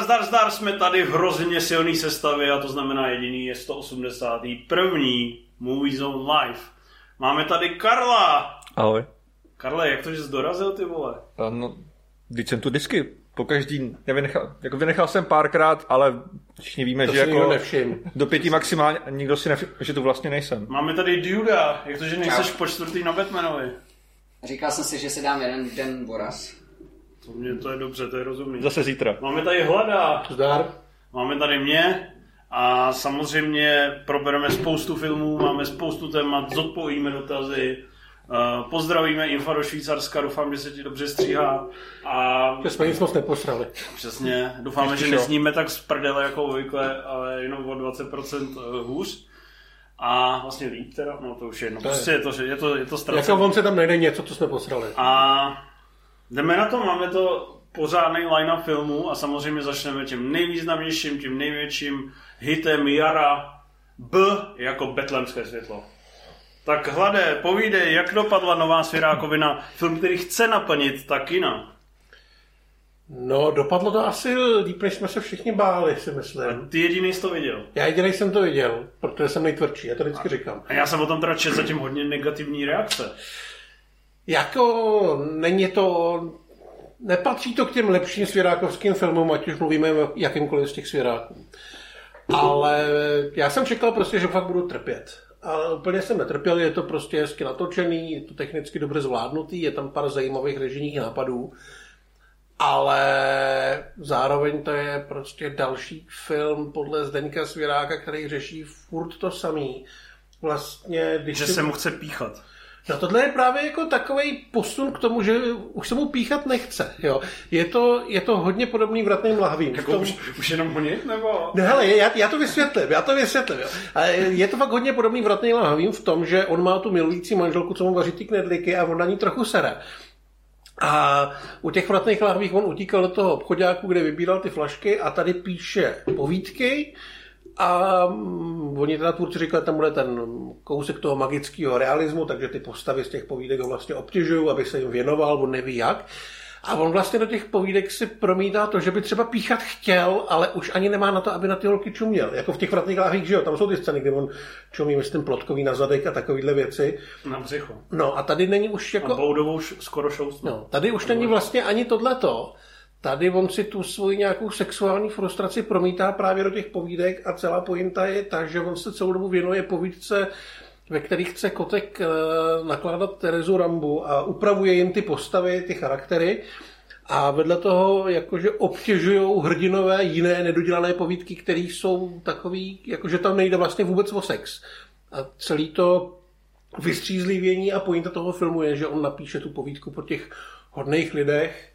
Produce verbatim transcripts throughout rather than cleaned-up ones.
zdar, zdar, jsme tady v hrozně silný sestavě a to znamená jediný je sto osmdesátý první Movie Zone Live. Máme tady Karla. Ahoj. Karle, jak to, že jsi dorazil, ty vole? No, když jsem tu disky po každý, já vynechal, jako vynechal jsem párkrát, ale všichni víme, to že jako nevšim. Do pěti maximálně, nikdo si nevšim, že tu vlastně nejsem. Máme tady Duda, jak to, že nejseš po čtvrtý na Batmanovi? Říkal jsem si, že si dám jeden den voraz. To, mě, to je dobře, to je rozumný. Zase zítra. Máme tady Hlada. Zdar. Máme tady mě. A samozřejmě probereme spoustu filmů, máme spoustu témat, zodpovíme dotazy, uh, pozdravíme Infa do Švýcarska, doufám, že se ti dobře stříhá. A že jsme nic moc neposrali. Přesně, doufáme, Ještě že nesníme tak z prdele jako obvykle, ale jenom o dvacet procent hůř. A vlastně líp teda, no to už je jedno, to prostě je, je to, je to, je to ztracené. Jako on se tam najde něco, co jsme posrali. A jdeme na to, máme to pořádný line-up filmů a samozřejmě začneme tím nejvýznamnějším, tím největším hitem jara B jako Betlémské světlo. Tak Hlade, povídej, jak dopadla nová Svěrákovina, film, který chce naplnit ta kina. No, dopadlo to asi líp, než jsme se všichni báli, si myslím. A ty jediný jsi to viděl? Já jediný jsem to viděl, protože jsem nejtvrdší, já to vždycky a, říkám. A já jsem o tom teda četl zatím hodně negativní reakce. Jako není to... Nepatří to k těm lepším svěrákovským filmům, ať už mluvíme o jakýmkoliv z těch svěráků. Ale já jsem čekal prostě, že fakt budu trpět. A úplně jsem netrpěl, je to prostě hezky natočený, je to technicky dobře zvládnutý, je tam pár zajímavých režijních nápadů. Ale zároveň to je prostě další film podle Zdeňka Svěráka, který řeší furt to samý. Vlastně, když že si... se mu chce píchat. No tohle je právě jako takovej posun k tomu, že už se mu píchat nechce. Jo. Je, to, je to hodně podobný Vratným lahvím. Jako tom... už, už jenom honit, nebo? No hele, já, já to vysvětlím, já to vysvětlím. Jo. Je to fakt hodně podobný Vratným lahvím v tom, že on má tu milující manželku, co mu vaří ty knedlíky a on na ní trochu sere. A u těch Vratných lahvích on utíkal do toho obchoďáku, kde vybíral ty flašky a tady píše povídky. A oni teda tvůrci říkali, tam bude ten kousek toho magického realismu, takže ty postavy z těch povídek ho vlastně obtěžují, aby se jim věnoval, on neví jak. A on vlastně do těch povídek si promítá to, že by třeba píchat chtěl, ale už ani nemá na to, aby na ty holky čuměl. Jako v těch Vratných lahvích, že jo, tam jsou ty scény, kde on čumí, myslím, plotkový na zadek a takovýhle věci. Na břicho. No a tady není už jako... A boudovou skoro šoustnou. No, tady už není vlastně ani tohleto. Tady on si tu svoji nějakou sexuální frustraci promítá právě do těch povídek a celá pointa je ta, že on se celou dobu věnuje povídce, ve kterých chce Kotek nakládat Terezu Rambu a upravuje jim ty postavy, ty charaktery a vedle toho jakože obtěžujou hrdinové jiné nedodělané povídky, které jsou takový, jakože tam nejde vlastně vůbec o sex. A celý to vystřízlivění a pointa toho filmu je, že on napíše tu povídku po těch hodných lidech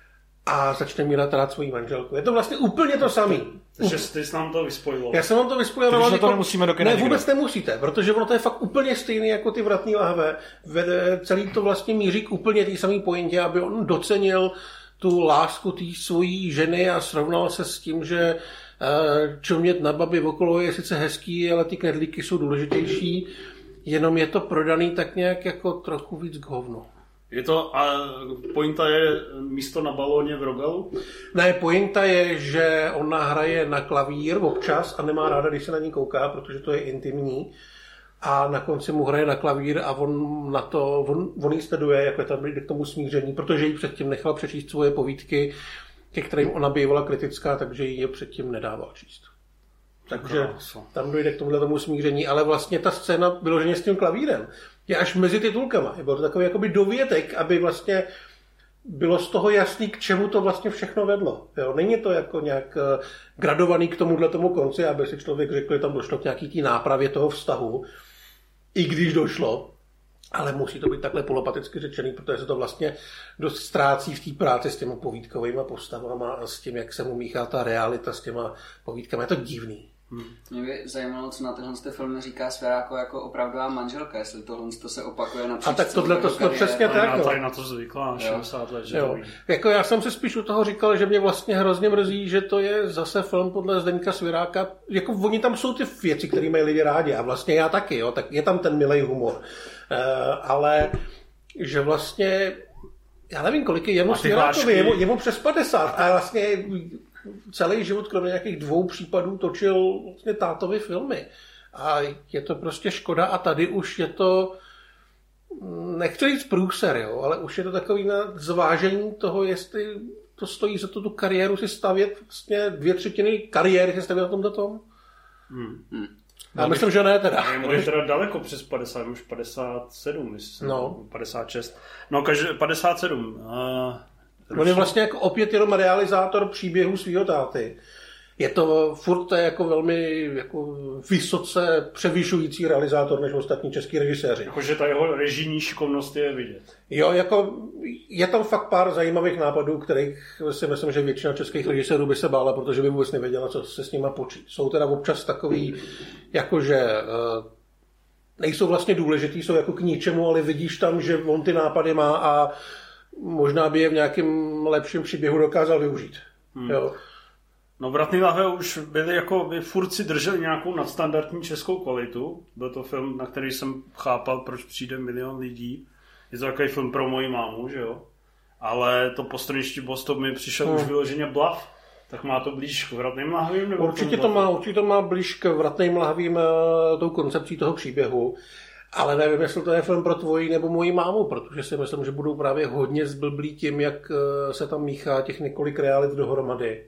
a začne mírat rád svoji manželku. Je to vlastně úplně to samý. Takže ty jsi nám to vyspojil. Já jsem vám to vyspojil. Takže jako... to nemusíme do kina. Ne, vůbec nemusíte, protože ono to je fakt úplně stejný jako ty Vratný lahve. Vede, celý to vlastně míří k úplně té samé pointě, aby on docenil tu lásku té svojí ženy a srovnal se s tím, že uh, čumět na babi okolo je sice hezký, ale ty knedlíky jsou důležitější, jenom je to prodaný tak nějak jako trochu víc k hovnu. Je to, a pointa je místo na balóně v Rogalu? Ne, pointa je, že ona hraje na klavír občas a nemá ráda, když se na ní kouká, protože to je intimní. A na konci mu hraje na klavír a on na to, on, on jí sleduje, jako je tam k tomu smíření, protože jí předtím nechal přečíst svoje povídky, ke kterým ona bývala kritická, takže jí je předtím nedával číst. Takže tam dojde k tomuhle tomu smíření, ale vlastně ta scéna vyloženě s tím klavírem je až mezi titulkama. Je to takový jakoby dovětek, aby vlastně bylo z toho jasný, k čemu to vlastně všechno vedlo. Jo? Není to jako nějak gradovaný k tomuhle tomu konci, aby si člověk řekl, že tam došlo k nějaký tý nápravě toho vztahu, i když došlo, ale musí to být takhle polopaticky řečený, protože se to vlastně dost ztrácí v té práci s těmi povídkovými postavama a s tím, jak se mu míchá ta realita s těma povídkami. Je to divný. Hmm. Mě by zajímalo, co na tenhle film říká Svěráko jako opravdová manželka, jestli tohle to se opakuje napříč. A tak tohle to jsme přesně tak. Já tady na to zvykla šedesát let, že jo. To jako já jsem si spíš u toho říkal, že mě vlastně hrozně mrzí, že to je zase film podle Zdeňka Svěráka. Jako oni tam jsou ty věci, které mají lidi rádi a vlastně já taky, jo, tak je tam ten milej humor. Uh, ale že vlastně já nevím, kolik je jemu Svěrákovi, je, je mu přes padesát a vlastně celý život, kromě nějakých dvou případů, točil vlastně tátovy filmy. A je to prostě škoda a tady už je to, nechci říct průser, jo, ale už je to takový na zvážení toho, jestli to stojí za to tu kariéru si stavět, vlastně dvě třetiny kariéry si stavět na tomto tom. Hmm. Hmm. Já no, myslím, že ne teda. Je, je teda daleko přes padesát, už padesát sedm, myslím, no. padesát šest. No, každý, padesát sedm. Uh, On je vlastně jako opět jenom realizátor příběhu svého táty. Je to furt to je jako velmi jako vysoce převyšující realizátor než ostatní český režiséři. Jakože ta jeho režijní šikovnost je vidět. Jo, jako je tam fakt pár zajímavých nápadů, kterých si myslím, že většina českých režisérů by se bála, protože by vůbec nevěděla, co se s nima počít. Jsou teda občas takový, jakože nejsou vlastně důležitý, jsou jako k ničemu, ale vidíš tam, že on ty nápady má a možná by je v nějakém lepším příběhu dokázal využít. Hmm. Jo. No Vratný lahve už byli jako, by furt si drželi nějakou nadstandardní českou kvalitu. Byl to film, na který jsem chápal, proč přijde milion lidí. Je to takový film pro moji mámu, že jo. Ale to Postraničtí Boston mi přišel hmm. už vyloženě blav. Tak má to blíž k Vratným lahvím? Nebo určitě, to má, určitě to má blíž k Vratným lahvím tou koncepcí toho příběhu. Ale nevím, jestli to je film pro tvoji nebo moji mámu, protože si myslím, že budou právě hodně zblblí tím, jak se tam míchá těch několik realit dohromady.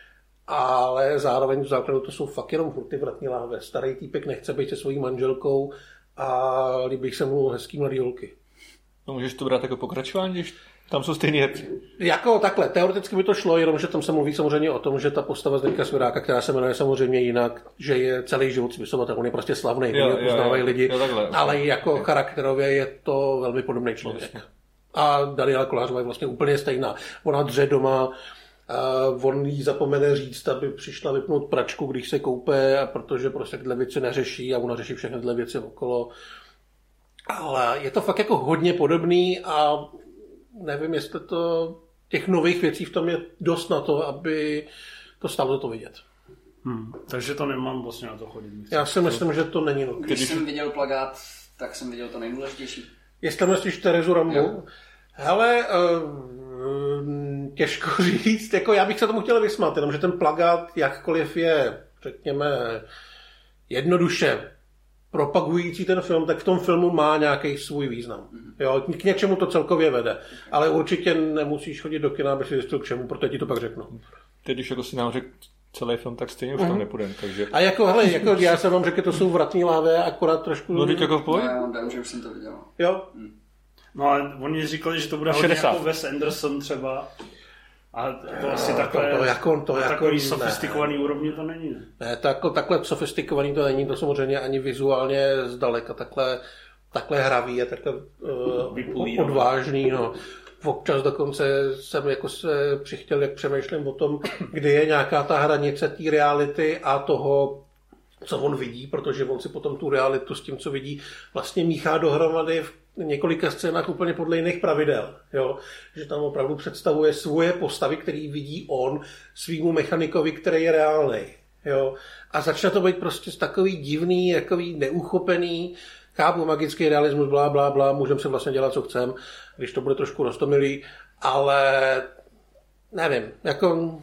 Ale zároveň v základu to jsou fakt jenom furt ty Vratný lahve. Starý týpek nechce být se svojí manželkou a líbí se mu hezký mladý holky. No můžeš to brát jako pokračování, když tam jsou stejný herci. Jako takhle, teoreticky by to šlo, jenomže tam se mluví samozřejmě o tom, že ta postava Zdeňka Svěráka, která se jmenuje samozřejmě jinak, že je celý život spisovatel, on je prostě slavný, jo, ho poznávají lidi, jo, takhle, ale okay. jako okay. charakterově je to velmi podobný člověk. No, a Daniela Kolářová je vlastně úplně stejná. Ona dře doma, Uh, on jí zapomene říct, aby přišla vypnout pračku, když se koupe, a protože prostě tyhle věci neřeší a ona řeší všechny tyhle věci okolo. Ale je to fakt jako hodně podobný a nevím, jestli to těch nových věcí v tom je dost na to, aby to stálo za to vidět. Hmm, takže to nemám vlastně na to chodit. Já si myslím, že to není nutné. Když jsem viděl plakát, tak jsem viděl to nejdůležitější. Jestli myslíš Terezu Rambu? Hele, uh, těžko říct, jako já bych se tomu chtěl vysmát, jenomže ten plakát, jakkoliv je, řekněme, jednoduše propagující ten film, tak v tom filmu má nějaký svůj význam. Jo, k něčemu to celkově vede, ale určitě nemusíš chodit do kina, aby si zjistil k čemu, protože ti to pak řeknu. Teď, když jako si nám řekl celý film, tak stejně už mm. tam nepůjdem, takže... A jako, hele, jako já jsem vám řekl, že to jsou Vratný lahve, akorát trošku... No, teď jako v pohodě? No, já mám dojem, že už jsem to viděl. Jo? Mm. No ale oni říkali, že to bude hodně jako Wes Anderson třeba. A to asi takhle, to, to jako, to jako, takový sofistikovaný ne. úrovni to není. Ne, ne to jako, takhle sofistikovaný to není, to samozřejmě ani vizuálně zdaleka takhle, takhle hravý a takhle uh, odvážný. No. Občas dokonce jsem jako se přichtěl, jak přemýšlím o tom, kde je nějaká ta hranice té reality a toho, co on vidí, protože on si potom tu realitu s tím, co vidí, vlastně míchá dohromady v několika scénách úplně podle jiných pravidel. Jo? Že tam opravdu představuje svoje postavy, který vidí on svýmu mechanikovi, který je reálný. Jo? A začne to být prostě takový divný, takový neuchopený, chápu magický realismus, blá, blá, blá, můžeme se vlastně dělat, co chcem, když to bude trošku roztomilý, ale nevím, jako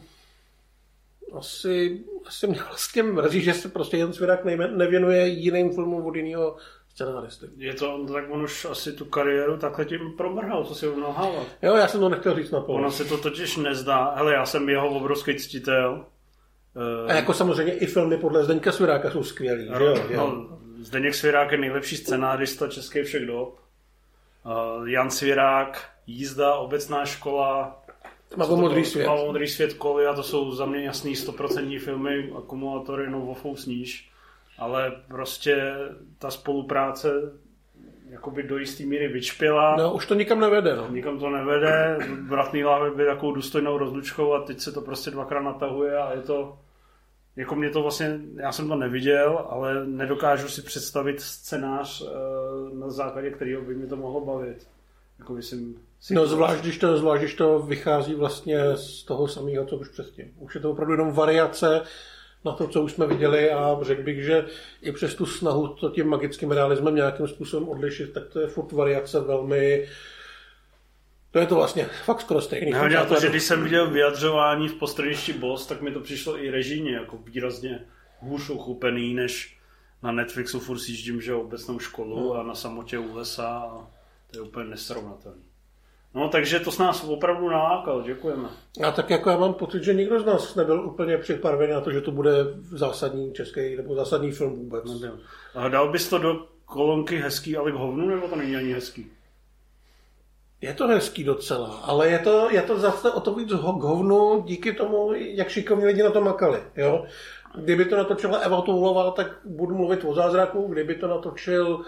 asi, asi mě vlastně mrzí, že se prostě Jan Svěrák nevěnuje jiným filmům od jiného scenáristy. Je to, tak on už asi tu kariéru takhle tím promrhal, co si ho nalhávat. Jo, já jsem to nechtěl říct na pol. Ono se to totiž nezdá. Hele, já jsem jeho obrovský ctitel. A jako samozřejmě i filmy podle Zdeňka Svěráka jsou skvělý, no, že jo? No, Zdeněk Svěrák je nejlepší scenárista českých všech dob. Uh, Jan Svěrák, Jízda, Obecná škola, Tmavomodrý svět. Tmavomodrý svět, Kolia, to jsou za mě jasný sto procent filmy, Akumulátory, no Vofou sníž. Ale prostě ta spolupráce jakoby do jistý míry vyčpěla. No, už to nikam nevede. No. Nikam to nevede. Vratný lahve byl takovou důstojnou rozlučkou a teď se to prostě dvakrát natahuje a je to... Jako mě to vlastně... Já jsem to neviděl, ale nedokážu si představit scénář, na základě kterého by mě to mohlo bavit. Jako myslím... No zvlášť když, to, zvlášť, když to vychází vlastně z toho samého, co už předtím. Už je to opravdu jenom variace na to, co už jsme viděli a řekl bych, že i přes tu snahu to tím magickým realismem nějakým způsobem odlišit, tak to je furt variace velmi To je to vlastně fakt skoro stejný. Já to, že když jsem viděl vyjadřování v Postraništi Boss, tak mi to přišlo i režijně jako výrazně hůř uchupený, než na Netflixu furt sjíždím, že obecnou školu a na samotě u lesa a to je úplně nesrovnatelné. No, takže to s nás opravdu nalákal, děkujeme. A tak jako já mám pocit, že nikdo z nás nebyl úplně připravený na to, že to bude zásadní český nebo zásadní film vůbec. Nebyl. A dal bys to do kolonky hezký, ale k hovnu, nebo to není ani hezký? Je to hezký docela, ale je to, je to zase o to víc k hovnu díky tomu, jak šikovní lidi na to makali. Jo? Kdyby to natočila Eva Toulová, tak budu mluvit o zázraku. Kdyby to natočil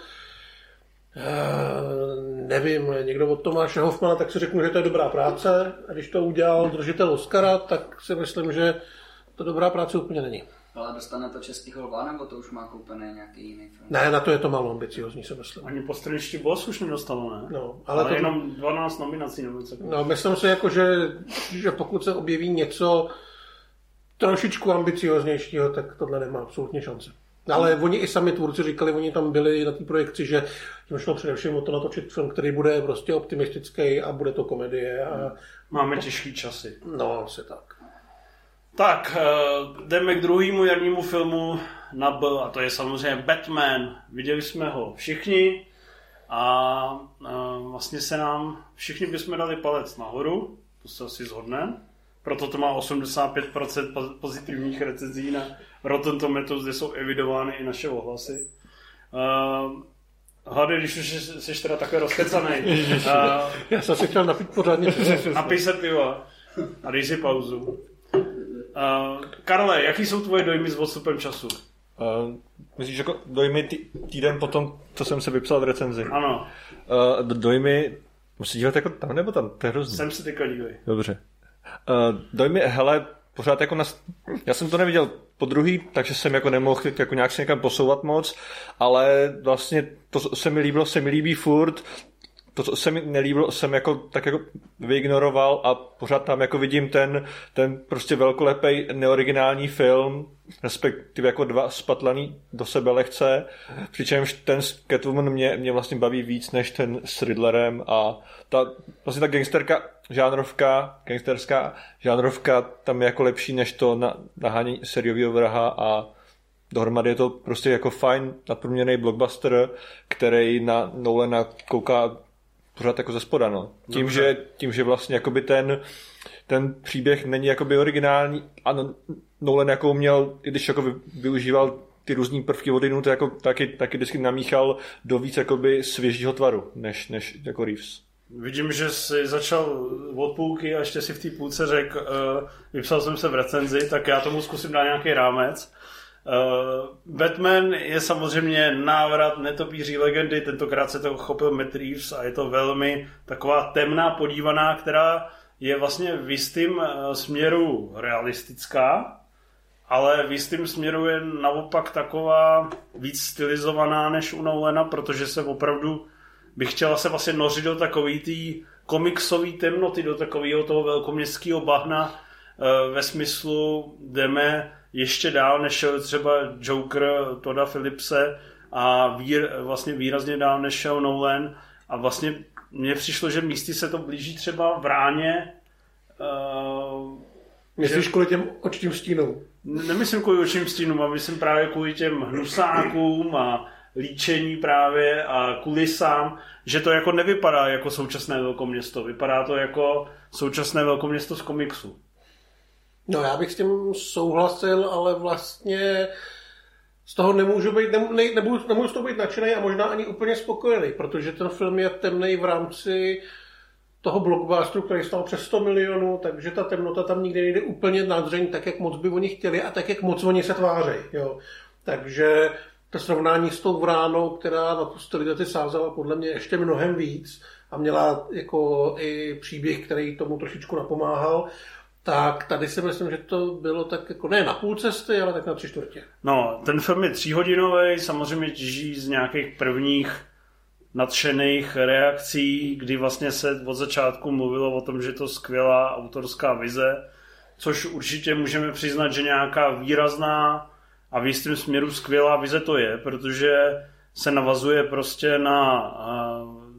Uh, nevím, někdo od Tomáše Hoffmana, tak si řeknu, že to je dobrá práce. A když to udělal držitel Oscara, tak si myslím, že to dobrá práce úplně není. Ale dostane to Českého lva, nebo to už má koupený nějaký jiný film? Ne, na to je to málo ambiciozní, si myslím. Ani Postraništi Boss už nedostalo, ne? No, ale ale to... jenom dvanáct nominací nebo co. No, myslím si, jako, že, že pokud se objeví něco trošičku ambicioznějšího, tak tohle nemá absolutně šance. Ale oni i sami tvůrci říkali, oni tam byli na té projekci, že jim šlo především o to natočit film, který bude prostě optimistický a bude to komedie. A... Máme těžký časy. No, asi tak. Tak, jdeme k druhému jarnímu filmu na B, a to je samozřejmě Batman. Viděli jsme ho všichni a vlastně se nám, všichni bychom dali palec nahoru, to se asi shodneme. Proto to má osmdesát pět procent pozitivních recenzí na Rotten Tomatoes, kde jsou evidovány i naše ohlasy. Uh, Hady, když už jsi teda takhle rozkecanej. Uh, Já jsem si chtěl napít pořádně. Napij se piva a dej si pauzu. Uh, Karle, jaký jsou tvoje dojmy s odstupem času? Uh, myslíš jako dojmy tý, týden potom, co jsem se vypsal v recenzi? Ano. Uh, dojmy, musíš dívat jako tam nebo tam? To je hrozný. Jsem si teďka dívej. Dobře. Uh, dojmy, hele, pořád jako na... Já jsem to neviděl po druhý, takže jsem jako nemohl jako nějak se někam posouvat moc, ale vlastně to se mi líbilo, se mi líbí furt, to, co se mi nelíbilo, jsem jako tak jako vyignoroval a pořád tam jako vidím ten, ten prostě velkolepej neoriginální film, respektive jako dva spatlaný do sebe lehce, přičemž ten s Catwoman mě, mě vlastně baví víc než ten s Riddlerem a ta, vlastně ta gangsterka žánrovka, gangsterská žánrovka tam je jako lepší než to na, nahánění seriového vraha a dohromady je to prostě jako fajn nadprůměrný blockbuster, který na Nolana kouká pořád jako ze spoda, no. Tím, že, tím, že vlastně jakoby ten, ten příběh není jakoby originální a Nolan jako měl, i když jako využíval ty různý prvky od jinut, jako taky, taky vždycky namíchal do víc jakoby svěžího tvaru, než, než jako Reeves. Vidím, že jsi začal od půlky a ještě si v té půlce řekl, uh, vypsal jsem se v recenzi, tak já tomu zkusím dát nějaký rámec. Uh, Batman je samozřejmě návrat netopíří legendy, tentokrát se to chopil Matt Reeves a je to velmi taková temná podívaná, která je vlastně v jistým uh, směru realistická, ale v jistým směru je naopak taková víc stylizovaná než u Nolana, protože se opravdu bych chtěla se vlastně nořit do takový té komiksové temnoty, do takového toho velkoměstského bahna uh, ve smyslu jdeme ještě dál, než šel třeba Joker Todda Phillipse a vír, vlastně výrazně dál, než šel Nolan. A vlastně mně přišlo, že místy se to blíží třeba v Ráně. Uh, Myslíš že... kvůli těm očním stínům? Nemyslím kvůli očním stínům, a myslím právě kvůli těm hnusákům a líčení právě a kulisám, že to jako nevypadá jako současné velkoměsto. Vypadá to jako současné velkoměsto z komiksu. No já bych s tím souhlasil, ale vlastně z toho nemůžu být, ne, ne, nebudu, nemůžu z toho být nadšený a možná ani úplně spokojený, protože ten film je temnej v rámci toho blockbusteru, který stál přes sto milionů, takže ta temnota tam nikdy nejde úplně nádřeň tak, jak moc by oni chtěli a tak, jak moc oni se tvářejí. Jo. Takže to srovnání s tou Vránou, která na tu stylizaci sázela podle mě ještě mnohem víc a měla jako i příběh, který tomu trošičku napomáhal, tak tady si myslím, že to bylo tak jako ne na půl cesty, ale tak na tři čtvrtě. No, ten film je tříhodinový, samozřejmě těží z nějakých prvních nadšených reakcí, kdy vlastně se od začátku mluvilo o tom, že je to skvělá autorská vize, což určitě můžeme přiznat, že nějaká výrazná a v jistém směru skvělá vize to je, protože se navazuje prostě na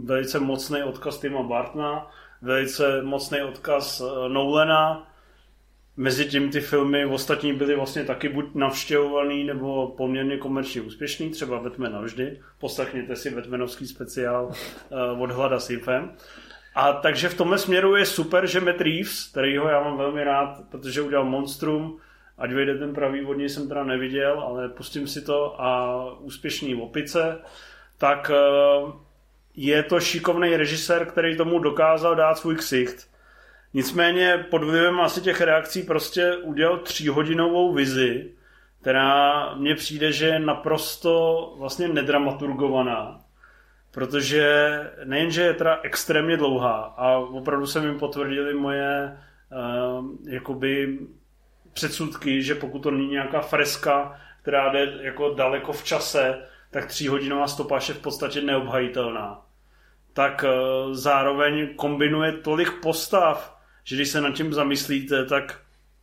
velice mocný odkaz Tima Burtona, velice mocný odkaz Nolana. Mezitím ty filmy ostatní byly vlastně taky buď navštěvovaný nebo poměrně komerčně úspěšný, třeba Batman navždy. Poslechněte si Batmanovský speciál uh, od Hlada s Ifem. A takže v tomhle směru je super, že Matt Reeves, kterýho já mám velmi rád, protože udělal Monstrum, ať vyjde ten pravý, od něj jsem teda neviděl, ale pustím si to, a úspěšný Opice, tak uh, je to šikovný režisér, který tomu dokázal dát svůj ksicht. Nicméně pod vlivem asi těch reakcí prostě udělal tříhodinovou vizi, která mně přijde, že je naprosto vlastně nedramaturgovaná. Protože nejenže je teda extrémně dlouhá a opravdu se mi potvrdily moje uh, jakoby předsudky, že pokud to není nějaká freska, která jde jako daleko v čase, tak tříhodinová stopáž je v podstatě neobhajitelná. Tak uh, zároveň kombinuje tolik postav, že když se nad tím zamyslíte, tak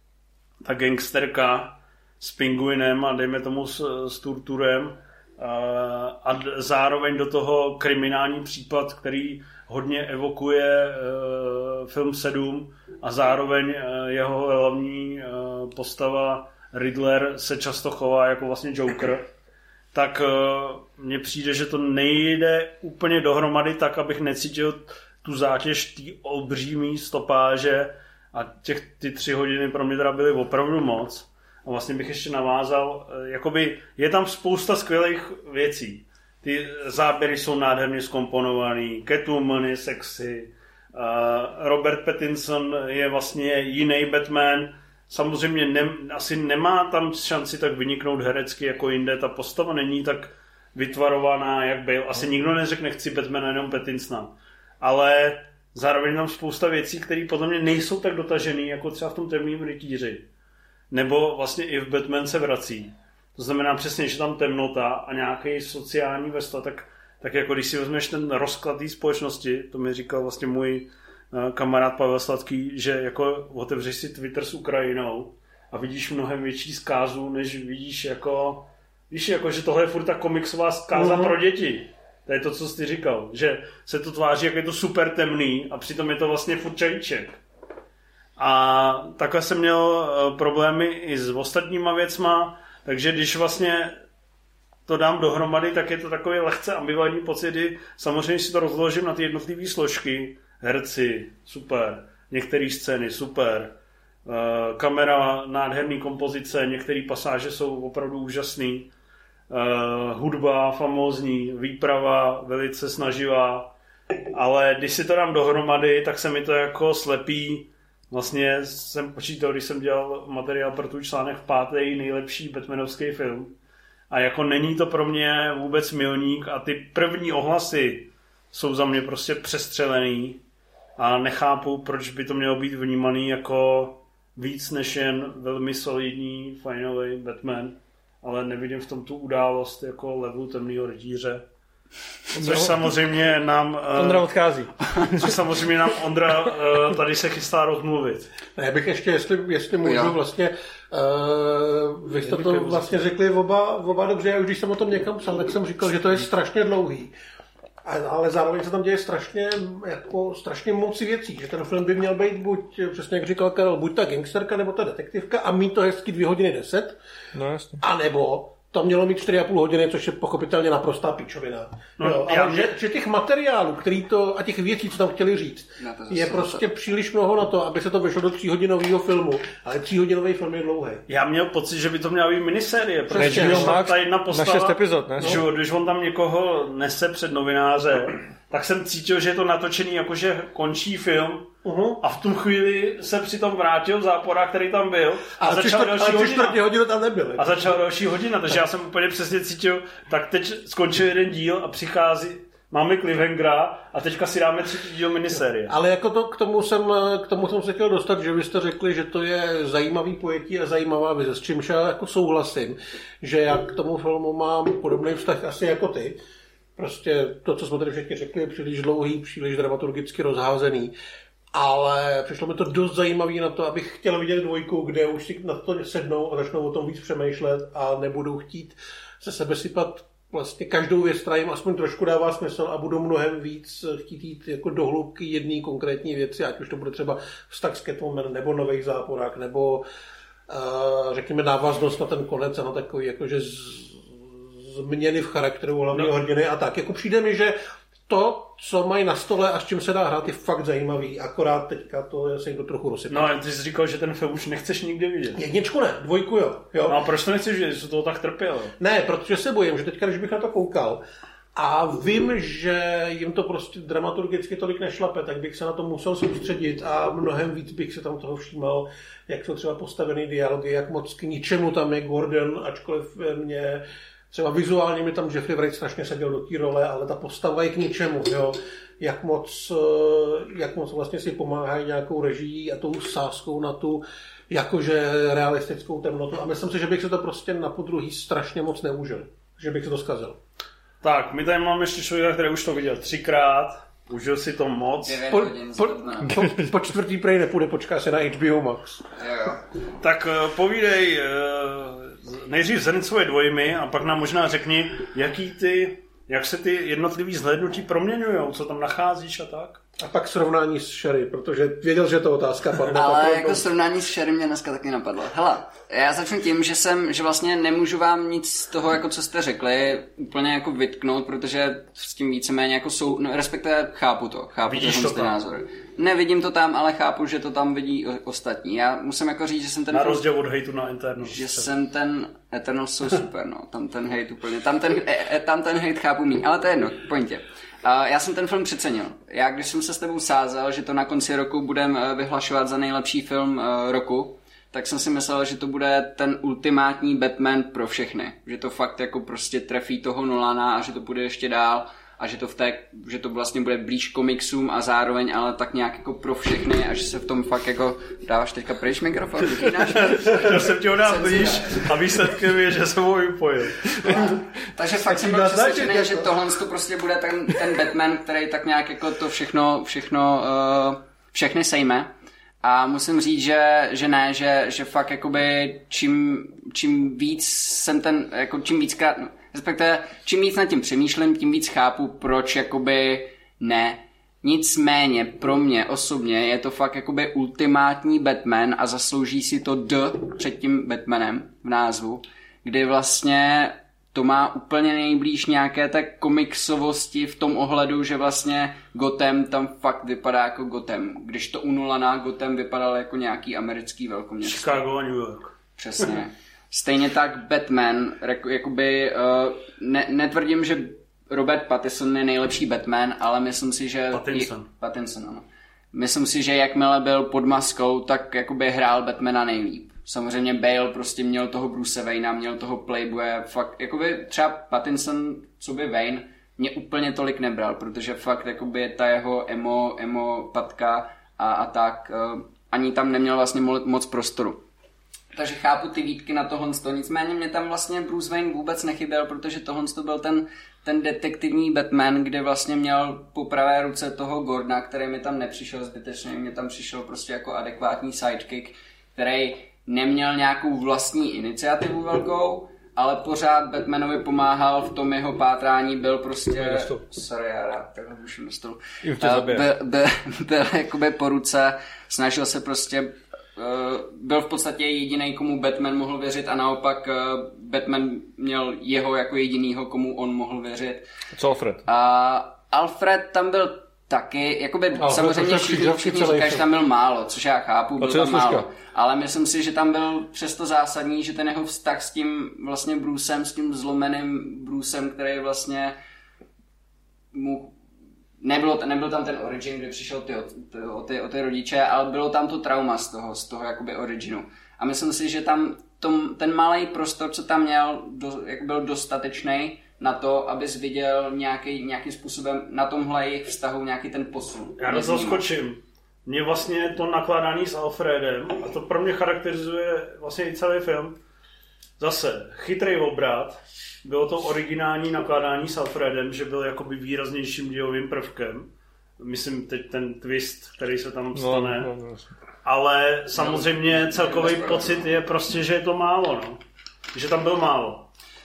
ta gangsterka s Pingvinem a dejme tomu s, s Turturem a, a zároveň do toho kriminální případ, který hodně evokuje e, film sedm a zároveň e, jeho hlavní e, postava Riddler se často chová jako vlastně Joker, tak e, mně přijde, že to nejde úplně dohromady tak, abych necítil tu zátěž té obřímý stopáže a těch ty tři hodiny pro mě teda byly opravdu moc. A vlastně bych ještě navázal, jakoby je tam spousta skvělých věcí. Ty záběry jsou nádherně zkomponovaný, Catwoman je sexy, Robert Pattinson je vlastně jiný Batman. Samozřejmě ne, asi nemá tam šanci tak vyniknout herecky jako jinde, ta postava není tak vytvarovaná, jak byl. Asi nikdo neřekne, chci Batmana jenom Pattinsona. Ale zároveň tam spousta věcí, které podle mě nejsou tak dotažený, jako třeba v tom Temným rytíři. Nebo vlastně i v Batman se vrací. To znamená přesně, že tam temnota a nějaký sociální vesla, tak, tak jako když si vezmeš ten rozklad té společnosti, to mi říkal vlastně můj uh, kamarád Pavel Sladký, že jako otevřeš si Twitter s Ukrajinou a vidíš mnohem větší zkázu, než vidíš jako, víš, jako že tohle je furt ta komiksová zkáza uh-huh. pro děti. To je to, co jsi říkal, že se to tváří, jak je to super temný a přitom je to vlastně furt čajíček. A takhle jsem měl problémy i s ostatníma věcma, takže když vlastně to dám dohromady, tak je to takový lehce ambivalentní pocit, kdy samozřejmě si to rozložím na ty jednotlivé složky, herci, super, některé scény, super, kamera, nádherný kompozice, některé pasáže jsou opravdu úžasný, hudba famózní, výprava velice snaživá, ale když si to dám dohromady, tak se mi to jako slepí. Vlastně jsem počítal, když jsem dělal materiál pro tvůj článek, v pátý nejlepší batmanovský film. A jako není to pro mě vůbec milník a ty první ohlasy jsou za mě prostě přestřelený a nechápu, proč by to mělo být vnímaný jako víc než jen velmi solidní, fajnový Batman, ale nevidím v tom tu událost jako levu Temného rytíře. Což samozřejmě nám... Ondra odchází. Což samozřejmě nám Ondra tady se chystá rozmluvit. Já bych ještě, jestli, jestli můžu, já. vlastně... Uh, vy jste to vlastně řekli oba, oba dobře, já už když jsem o tom někam psal, tak jsem říkal, že to je strašně dlouhý. Ale zároveň se tam děje strašně, jako, strašně moc věcí, že ten film by měl být buď, přesně jak říkal Karel, buď ta gangsterka, nebo ta detektivka a mít to hezky dvě hodiny deset, no, jasně. A nebo to mělo mít čtyři a půl hodiny, což je pochopitelně naprostá pičovina. No, jo, ale já... že, že těch materiálů, který to, a těch věcí, co tam chtěli říct, je prostě to... příliš mnoho na to, aby se to vyšlo do tříhodinového filmu, ale tříhodinový film je dlouhý. Já měl pocit, že by to měla být minisérie, protože Přesně, když no, ta jedna postava, na šest epizod, ne? Že, když on tam někoho nese před novináře, tak jsem cítil, že je to natočený, jakože končí film, uh-huh. a v tu chvíli se přitom vrátil záporák, který tam byl, a, a začal další hodina. hodina tam nebyly. A začal další hodina, takže já jsem úplně přesně cítil, tak teď skončil jeden díl a přichází, máme cliffhangera a teďka si dáme třetí díl minisérie. Ale jako to, k tomu jsem, k tomu jsem se chtěl dostat, že vy jste řekli, že to je zajímavý pojetí a zajímavá vize, s čímž já jako souhlasím, že já k tomu filmu mám podobný vztah asi jako ty. Prostě to, co jsme tady všichni řekli, je příliš dlouhý, příliš dramaturgicky rozházený. Ale přišlo mi to dost zajímavé na to, abych chtěl vidět dvojku, kde už si na to sednou a začnou o tom víc přemýšlet a nebudou chtít se sebe sypat vlastně každou věc, která jim aspoň trošku dává smysl a budou mnohem víc chtít jít jako do hloubky jedné konkrétní věci, ať už to bude třeba vztah s Catwoman, nebo Nový záporák, nebo uh, řekněme návaznost na ten konec a na takový jakože z, změny v charakteru hlavního no. hrdiny a tak. Jako přijde mi, že to, co mají na stole a s čím se dá hrát, je fakt zajímavý. Akorát teďka to se jim to trochu rozsypá. No, ty jsi říkal, že ten film už nechceš nikdy vidět. Jedničku ne, dvojku jo. jo. No a proč to nechceš vidět, že toho tak trpěl? Ne, protože se bojím, že teďka, když bych na to koukal a vím, že jim to prostě dramaturgicky tolik nešlape, tak bych se na to musel soustředit a mnohem víc bych se tam toho všímal, jak jsou třeba postavený dialogy, jak moc k ničemu tam je Gordon, ačkoliv mě třeba vizuálně mi tam Jeffrey Wright strašně seděl do té role, ale ta postava je k ničemu, jo. Jak moc, jak moc vlastně si pomáhají nějakou režií a tou sázkou na tu jakože realistickou temnotu. A myslím si, že bych se to prostě na podruhý strašně moc neužil. Že bych se to zkazil. Tak, my tady máme ještě člověka, který už to viděl třikrát. Užil si to moc. Po, po, po, po čtvrtý prej nepůjde, počká se na H B O Max. Jo, jo. Tak povídej nejdřív Zenitové dvojmy a pak nám možná řekni, jaký ty, jak se ty jednotlivý zhlédnutí proměňujou, co tam nacházíš a tak. A pak srovnání s Sherry, protože věděl, že to otázka padne. Ale jako no. Srovnání s Sherry mě dneska taky napadlo. Hele, já začnu tím, že jsem, že vlastně nemůžu vám nic z toho, jako co jste řekli, úplně jako vytknout, protože s tím víceméně jako jsou, no, respektive chápu to, chápu Vidíš to tam? názor. Nevidím to tam, ale chápu, že to tam vidí ostatní. Já musím jako říct, že jsem ten... Na rozdíl od hejtu na Eternals. Že jsem ten... Eternals jsou super, no. Tam ten hejt úplně... Tam ten, e, tam ten hejt chápu míň, ale to je jedno, pointě. Uh, já jsem ten film přecenil. Já, když jsem se s tebou sázel, že to na konci roku budem uh, vyhlašovat za nejlepší film uh, roku, tak jsem si myslel, že to bude ten ultimátní Batman pro všechny. Že to fakt jako prostě trefí toho Nolana a že to bude ještě dál a že to, v té, že to vlastně bude blíž komiksům a zároveň ale tak nějak jako pro všechny a že se v tom fakt jako dáváš teďka pryč mikrofon, vypínáš? Já jsem tě ho dál blíž a výsledkem je, že jsem ho vypojil. No, takže fakt jsem byl přesvědčený, že tohle to prostě bude ten, ten Batman, který tak nějak jako to všechno, všechno uh, všechny sejme. A musím říct, že, že ne, že, že fakt jakoby čím, čím víc jsem ten, jako čím víckrát, no, respektive čím víc nad tím přemýšlím, tím víc chápu, proč jakoby ne. Nicméně pro mě osobně je to fakt jakoby ultimátní Batman a zaslouží si to D před tím Batmanem v názvu, kdy vlastně to má úplně nejblíž nějaké té komiksovosti v tom ohledu, že vlastně Gotham tam fakt vypadá jako Gotham. Když to u Nolana Gotham vypadal jako nějaký americký velkoměsto. Chicago a New York. Přesně. Stejně tak Batman, jakoby, uh, ne, netvrdím, že Robert Pattinson je nejlepší Batman, ale myslím si, že... Pattinson. Pattinson, ano. Myslím si, že jakmile byl pod maskou, tak jakoby hrál Batmana nejlíp. Samozřejmě Bale prostě měl toho Bruce Wayna, měl toho Playboye, fakt, jakoby třeba Pattinson, co by Wayne, mě úplně tolik nebral, protože fakt jakoby ta jeho emo, emo patka a, a tak, uh, ani tam neměl vlastně moc prostoru. Takže chápu ty výtky na tohle, nicméně mě tam vlastně Bruce Wayne vůbec nechyběl, protože tohle byl ten, ten detektivní Batman, kde vlastně měl po pravé ruce toho Gordona, který mi tam nepřišel zbytečně, mě tam přišel prostě jako adekvátní sidekick, který neměl nějakou vlastní iniciativu velkou, ale pořád Batmanovi pomáhal v tom jeho pátrání, byl prostě... Sorry, já rád takhle můžu do stolu. Byl, byl, byl jakoby po ruce, snažil se prostě... Byl v podstatě jediný, komu Batman mohl věřit a naopak Batman měl jeho jako jedinýho, komu on mohl věřit. Co Alfred? A Alfred tam byl taky, jakoby Alfred samozřejmě všichni, všichni říkají, že tam byl málo, což já chápu, byl tam málo. Ale myslím si, že tam byl přesto zásadní, že ten jeho vztah s tím vlastně Brucem, s tím zlomeným Brucem, který vlastně mu... Nebylo, nebyl tam ten origin, kdy přišel ty, ty, o, ty, o ty rodiče, ale bylo tam to trauma z toho, z toho jakoby originu. A myslím si, že tam tom, ten malý prostor, co tam měl, do, jak byl dostatečný na to, abys viděl nějaký, nějakým způsobem na tomhle jejich vztahu nějaký ten posun. Já do toho skočím. Mně vlastně to nakládání s Alfredem, a to pro mě charakterizuje vlastně i celý film, zase chytrý obrat. Bylo to originální nakládání s Alfredem, že byl jakoby výraznějším dějovým prvkem. Myslím teď ten twist, který se tam stane. No, no, no. Ale samozřejmě celkový pocit je prostě, že je to málo. No. Že tam byl málo.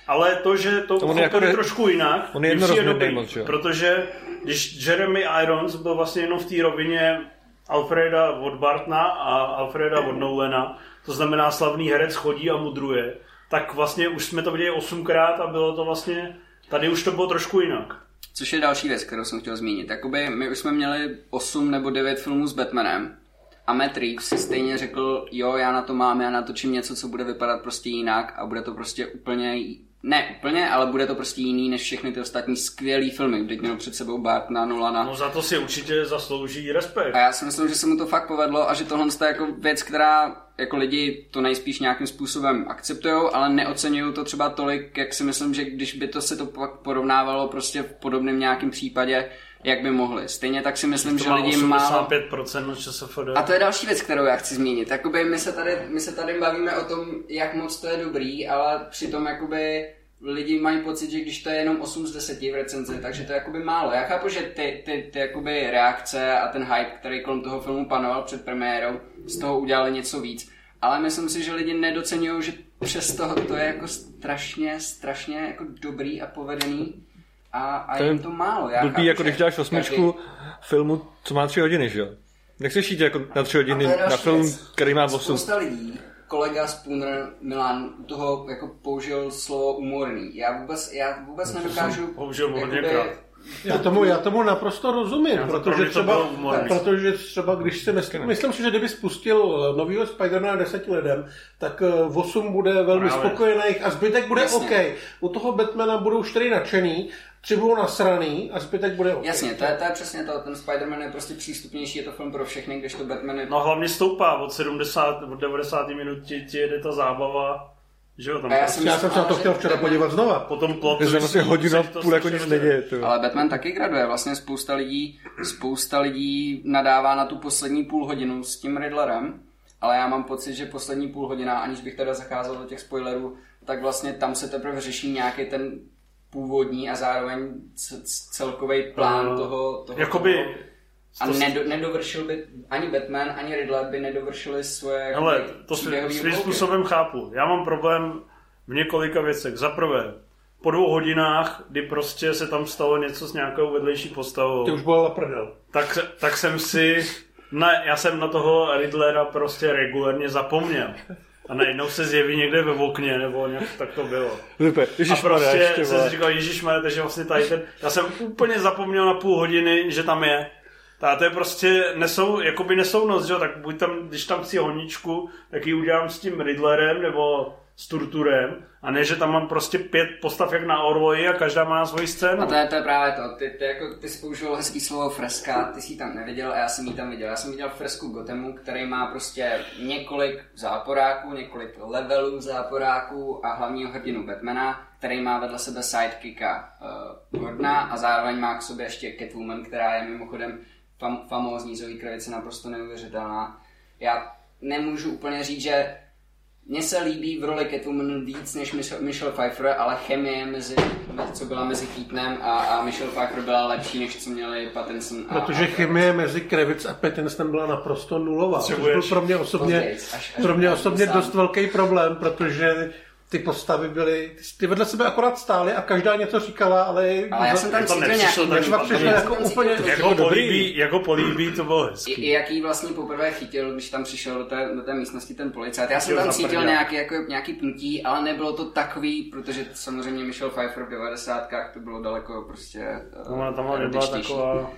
ale to, že to uchopili jako ne... trošku jinak, on je jednorozměrný moc, jo. Protože když Jeremy Irons byl vlastně jenom v té rovině Alfreda od Bartona a Alfreda od Nolana, to znamená slavný herec chodí a mudruje, tak vlastně už jsme to viděli osmkrát a bylo to vlastně, tady už to bylo trošku jinak. Což je další věc, kterou jsem chtěl zmínit. Jakoby my už jsme měli osm nebo devět filmů s Batmanem a Matt Reeves si stejně řekl, jo, já na to mám, já natočím něco, co bude vypadat prostě jinak a bude to prostě úplně, ne úplně, ale bude to prostě jiný než všechny ty ostatní skvělý filmy, kdy měl před sebou Bartona, Nolana. No za to si určitě zaslouží respekt. A já si myslím, že se mu to fakt povedlo a že tohle je jako věc, která jako lidi to nejspíš nějakým způsobem akceptujou, ale neoceňují to třeba tolik, jak si myslím, že když by to se to pak porovnávalo prostě v podobném nějakém případě, jak by mohli. Stejně tak si myslím, že lidi málo... osmdesát pět procent na ČSFD. A to je další věc, kterou já chci zmínit. Jakoby my se tady, my se tady bavíme o tom, jak moc to je dobrý, ale přitom jakoby lidi mají pocit, že když to je jenom osm z deseti v recenzi, takže to je jakoby málo. Já chápu, že ty, ty, ty jakoby reakce a ten hype, který kolem toho filmu panoval před premiérou, z toho udělali něco víc. Ale myslím si, že lidi nedoceňují, že přesto to je jako strašně, strašně jako dobrý a povedený a, a je to málo. Já blbý, chápu, jako když děláš osmičku každý... filmu, co má tři hodiny, že jo? Nechceš jít jako na tři hodiny na film, věc. Který má osm. Spousta lidí, kolega Spooner Milan, toho jako použil slovo humorný. Já vůbec, já vůbec nedokážu... Použil hodněkrát. Já tomu, já tomu naprosto rozumím, protože třeba, protože třeba když si myslím, myslím si, že kdyby spustil novýho Spider-Mana deseti lidem, tak osm bude velmi Právě. spokojených a zbytek bude Jasně. OK. U toho Batmana budou čtyři nadšený, tři budou nasraný a zbytek bude OK. Jasně, to je, to je přesně to. Ten Spider-Man je prostě přístupnější, je to film pro všechny, když to Batman je... No hlavně stoupá, od sedmdesát, od devadesát minut ti, ti jede ta zábava. Že jo, tam já, jsem, já jsem se na to chtěl včera Batman... podívat znova. Potom plot, že vlastně hodinu půl jako nic neděje. Ale Batman taky graduje. Vlastně spousta lidí, spousta lidí nadává na tu poslední půl hodinu s tím Riddlerem, ale já mám pocit, že poslední půl hodina, aniž bych teda zacházel do těch spoilerů, tak vlastně tam se teprve řeší nějaký ten původní a zároveň celkový plán no, toho, toho jakoby... toho. A nedo, nedovršil by, ani Batman, ani Riddler by nedovršili svoje... Hele, to svým způsobem chápu. Já mám problém v několika věcech. Za prvé, po dvou hodinách, kdy prostě se tam stalo něco s nějakou vedlejší postavou. Ty už byl na prdel. Tak, tak jsem si... Ne, já jsem na toho Riddlera prostě regulérně zapomněl. A najednou se zjeví někde ve okně, nebo nějak tak to bylo. A prostě jsem si říkal, ježišmarja, takže vlastně tady ten... Já jsem úplně zapomněl na půl hodiny, že tam je. A to je prostě nesou, jakoby nesounost, že jo, tak buď tam, když tam chci honičku, tak ji udělám s tím Riddlerem nebo s Turturem, a ne, že tam mám prostě pět postav jak na Orloji a každá má svoji scénu. A to je, to je právě to, ty, ty, jako, ty jsi použil hezký slovo freska, ty jsi ji tam neviděl a já jsem ji tam viděl. Já jsem viděl fresku Gothamu, který má prostě několik záporáků, několik levelů záporáků a hlavního hrdinu Batmana, který má vedle sebe sidekicka uh, Gordona a zároveň má k sobě ještě Catwoman, která je mimochodem fam, famózní, Zoe Kravice naprosto neuvěřitelná. Já nemůžu úplně říct, že mně se líbí v roli Catwoman víc než Michelle Pfeiffer, ale chemie, mezi, co byla mezi Keatonem a, a Michelle Pfeiffer byla lepší, než co měli Pattinson a... Protože a chemie mezi Kravic a Pattinsonem byla naprosto nulová. To byl pro mě osobně, až, až pro mě osobně dost velký problém, protože ty postavy byly, ty vedle sebe akorát stály a každá něco říkala, ale... Ale já jsem tam cítil nějaký... Jako úplně... Jak ho políbí, jak ho políbí, to bylo hezký. I, jaký vlastně poprvé chytil, když tam přišel do té, do té místnosti ten policajt. Já jsem tam cítil nějaký, jako, nějaký pnutí, ale nebylo to takový, protože samozřejmě Michelle Pfeiffer v devadesátkách to bylo daleko prostě... No, tam nebyla taková...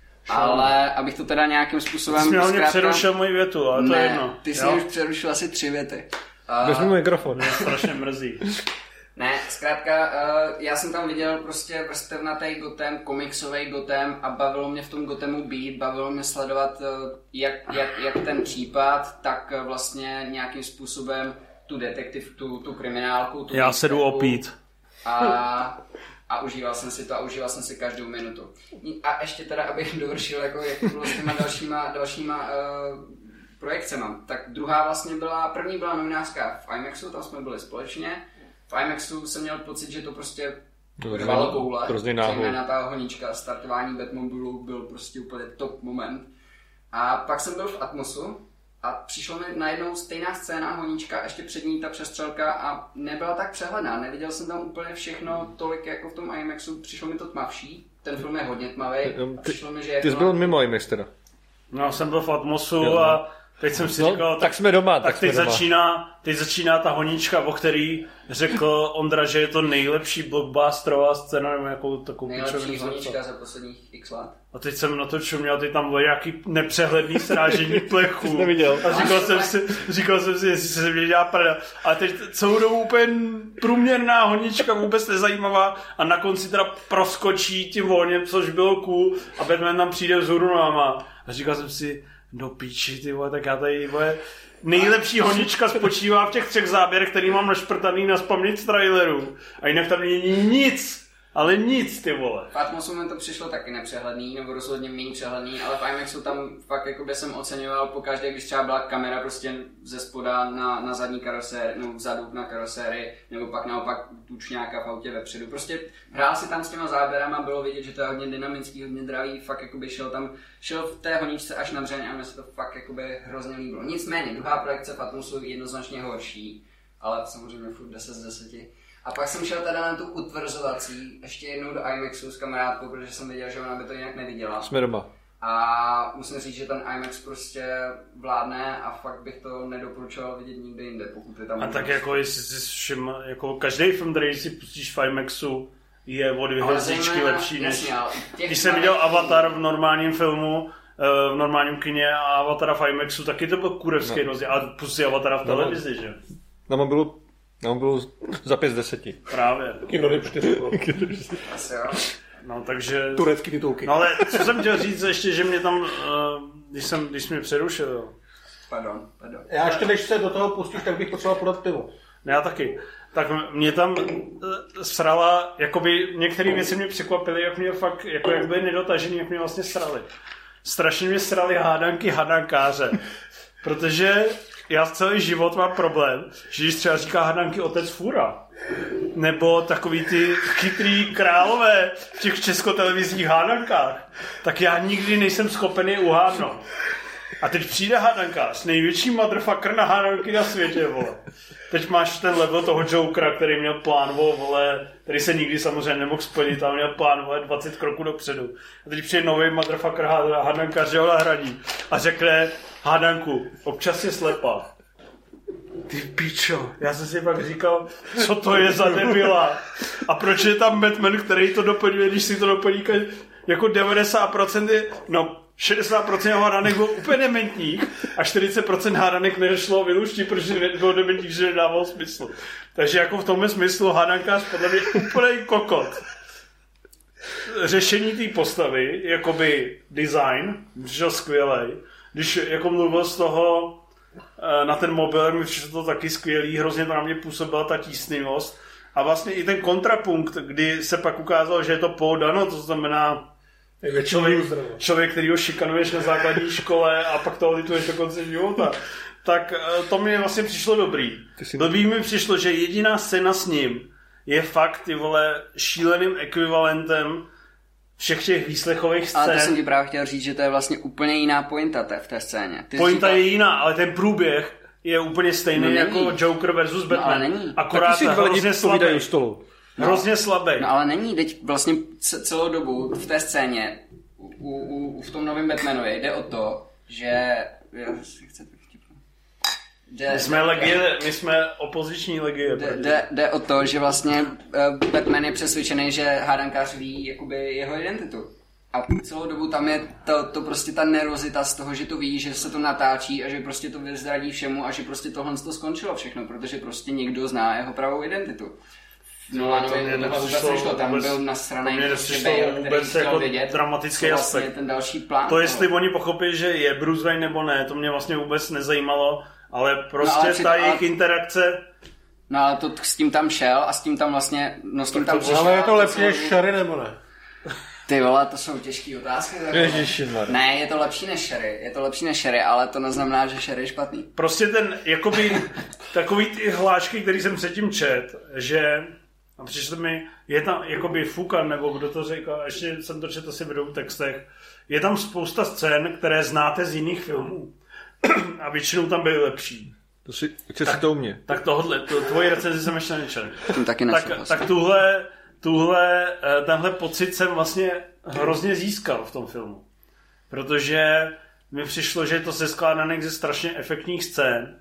Ale abych to teda nějakým způsobem... Ty jsi mě zkrátka... přerušil moji větu, ale to ne, je jedno. Ty jsi už přerušil asi tři věty. Vezmu uh, mikrofon. Mě strašně mrzí. Ne, zkrátka, uh, já jsem tam viděl prostě vrstevnatý Gotham, komiksový Gotham a bavilo mě v tom Gothamu být, bavilo mě sledovat uh, jak, jak, jak ten případ, tak uh, vlastně nějakým způsobem tu detektiv, tu, tu kriminálku. Tu já se jdu opít. A, a užíval jsem si to a užíval jsem si každou minutu. A ještě teda, abych dovršil, jako, jak to bylo s těma dalšíma, dalšíma uh, projekcema. Tak druhá vlastně byla, první byla novinářská v IMAXu, tam jsme byli společně. V IMAXu jsem měl pocit, že to prostě rvalo koule. Zejména ta honička, startování Batmobilu byl prostě úplně top moment. A pak jsem byl v Atmosu A přišlo mi najednou stejná scéna, honíčka, ještě před ní ta přestřelka a nebyla tak přehledná. Neviděl jsem tam úplně všechno tolik jako v tom IMAXu, přišlo mi to tmavší. Ten film je hodně tmavý. Ty, mi, že ty jsi byl mimo IMAX teda. No, jsem byl v Atmosu jo, a teď jsem si no, říkal, tak, tak jsme doma. Tak, tak teď, jsme začíná, doma. teď začíná ta honíčka, o který řekl Ondra, že je to nejlepší blockbusterová scéna, nebo jakou takovou nejlepší honíčka za posledních x let. A teď jsem na to čuměl, ty tam bylo nějaký nepřehledný srážení plechů. Neviděl. A říkal jsem si, říkal jsem si, jestli se mě dělá prda. A teď celou dobu úplně průměrná honíčka, vůbec nezajímavá. A na konci teda proskočí tím volněm, což bylo cool. A Batman tam přijde vzhůru nohama. A říkal jsem si, do píči, ty vole, tak já tady, vole, nejlepší honička spočívá v těch třech záběrech, který mám našprtaný na spaměť traileru. A jinak tam není nic. Ale nic, ty vole. V Atmosu mi to přišlo taky nepřehledný, nebo rozhodně méně přehledný, ale v IMAXu tam fakt jakoby jsem oceňoval pokaždé, když třeba byla kamera prostě ze spoda na, na zadní karosérii, nebo vzadu na karosérii, nebo pak naopak tučňáka v autě vepředu. Prostě hrál si tam s těma záběrama, bylo vidět, že to je hodně dynamický, hodně dravý, fakt jakoby šel tam, šel v té honíčce až na dřeň a mně se to fakt jakoby hrozně líbilo. Nicméně, druhá projekce v Atmosu je jednoznačně horší, ale samozřejmě furt deset z deseti. A pak jsem šel teda na tu utvrzovací, ještě jednou do IMAXu s kamarádkou, protože jsem věděl, že ona by to jinak neviděla. Jsme doma. A musím říct, že ten IMAX prostě vládne a fakt bych to nedoporučoval vidět nikde jinde, pokud je tam... A tak jako, jestli si všim, jako každý film, který si pustíš v IMAXu, je o dvě hvězdičky lepší než... Když jsem viděl Avatar v normálním filmu, v normálním kině a Avatara v IMAXu, taky to byl kurevský no. rozdíl. A pustí Avatara v televizi, no, že? Na mobilu, na mobilu za pět z deseti. Právě. Kino čtyři. Asi jo. No, takže... Turecký titulky. No ale co jsem chtěl říct ještě, že mě tam, když jsem, když mě přerušil. Pardon, pardon. Já ještě než se do toho pustíš, tak bych potřeboval podat pivo. Já taky. Tak mě tam srala, jakoby některé věci mě překvapily, jak mě fakt, jako jak byly nedotažený, jak mě vlastně srali. Strašně mě srali hádanky hadankáře. Protože já celý život mám problém, že když třeba říká hádanky otec fura, nebo takový ty chytrý králové v těch českotelevizních hádankách, tak já nikdy nejsem schopen je uhádnout. A teď přijde hádankář, největší motherfucker na hádanky na světě, vole. Teď máš ten level toho Jokera, který měl plán, vole, který se nikdy samozřejmě nemohl splnit, ale měl plán, vole, dvacet kroků dopředu. A teď přijde nový motherfucker hádankář, jeho hraní a řekne hádanku, občas je slepá. Ty pičo, já jsem si pak říkal, co to je za debila a proč je tam Batman, který to doplňuje, když si to doplní jako devadesát procent je, no šedesát procent hádanek bylo úplně dementních a čtyřicet procent hádanek nešlo vyluštit, protože bylo dementních, že nedával smysl. Takže jako v tomhle smyslu hádankář podle mě úplnej kokot. Řešení té postavy, jakoby design, přišel skvělej. Když jako mluvil z toho na ten mobil, mi přišlo to taky skvělý, hrozně to na mě působila ta tísnivost. A vlastně i ten kontrapunkt, kdy se pak ukázalo, že je to podano, to znamená člověk, člověk, který ho šikanuješ na základní škole a pak to audituješ do konce života, tak to mi vlastně přišlo dobrý. Dobrý mi přišlo, že jediná scéna s ním je fakt, ty vole, šíleným ekvivalentem všech těch výslechových scén. Ale to jsem ti právě chtěl říct, že to je vlastně úplně jiná pointa v té scéně. Ty pointa říkal... je jiná, ale ten průběh je úplně stejný no jako Joker versus Batman. No, ale není. Akorát hrozně slabý. Stolu. No, hrozně slabý. No ale není, teď vlastně celou dobu v té scéně u, u, u, v tom novém Batmanovi jde o to, že... Já si chci Jde, my, jsme legie, my jsme opoziční legie. Jde, jde, jde o to, že vlastně uh, Batman je přesvědčený, že hádankář ví jakoby jeho identitu. A celou dobu tam je to, to prostě ta nervozita z toho, že to ví, že se to natáčí a že prostě to vyzradí všemu a že prostě tohle to skončilo všechno, protože prostě někdo zná jeho pravou identitu. No, no to mě nepřišlo, tam byl nasranej prostě Bale, který chtěl jako vědět, dramatický co vlastně aspekt. ten další plán. To jestli toho. Oni pochopí, že je Bruce Wayne nebo ne, to mě vlastně vůbec nezajímalo, ale prostě no, ale ta jejich ale... interakce... No ale to s tím tam šel a s tím tam vlastně, no s tím tam přišel. Ale je to lepší než Sherry nebo ne? Ty vole, to jsou těžké otázky. Ne, je to lepší než Sherry, je to lepší než Sherry, ale to neznamená, že Sherry je špatný. Prostě ten, jakoby, takový ty hlášky, který jsem předtím čet, že... A přišlo mi, je tam jakoby Fukan, nebo kdo to říká, ještě jsem to četl asi v dvou textech, je tam spousta scén, které znáte z jiných filmů. a většinou tam byly lepší. To si, tak, si to u mě. Tak tohle, to, tvoji recenzi jsem ještě nečel. Taky tak, tak tuhle, tuhle, tenhle pocit jsem vlastně hrozně získal v tom filmu. Protože mi přišlo, že je to seskládané ze strašně efektních scén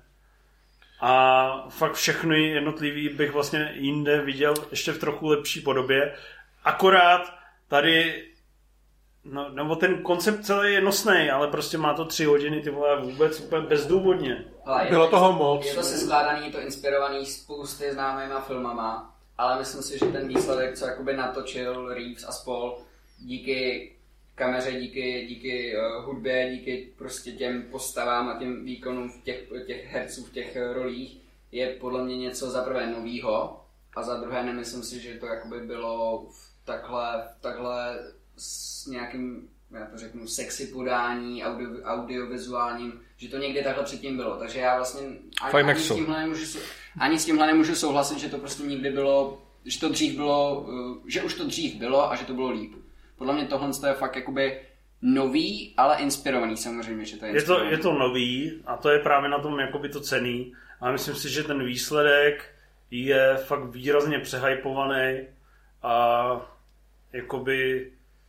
a fakt všechny jednotlivý bych vlastně jinde viděl ještě v trochu lepší podobě. Akorát tady, no, nebo ten koncept celý je nosnej, ale prostě má to tři hodiny, ty vole, vůbec úplně bezdůvodně. Ale Bylo to, toho moc. Je to seskládaný, je to inspirovaný spousty známýma filmama, ale myslím si, že ten výsledek, co jakoby natočil Reeves a spol, díky kameře, díky, díky uh, hudbě, díky prostě těm postavám a těm výkonům těch, těch herců v těch rolích, je podle mě něco za prvé novýho a za druhé nemyslím si, že to jakoby bylo v takhle, v takhle s nějakým, já to řeknu, sexy podání, audio, audiovizuálním, že to někdy takhle předtím bylo. Takže já vlastně ani, ani, s tímhle nemůžu, ani s tímhle nemůžu souhlasit, že to prostě nikdy bylo, že to dřív bylo, že už to dřív bylo a že to bylo líp. Podle mě tohle je fakt jakoby nový, ale inspirovaný samozřejmě, že to je inspirovaný. Je to, je to nový a to je právě na tom jakoby to cenný. A myslím si, že ten výsledek je fakt výrazně přehypovaný a jakoby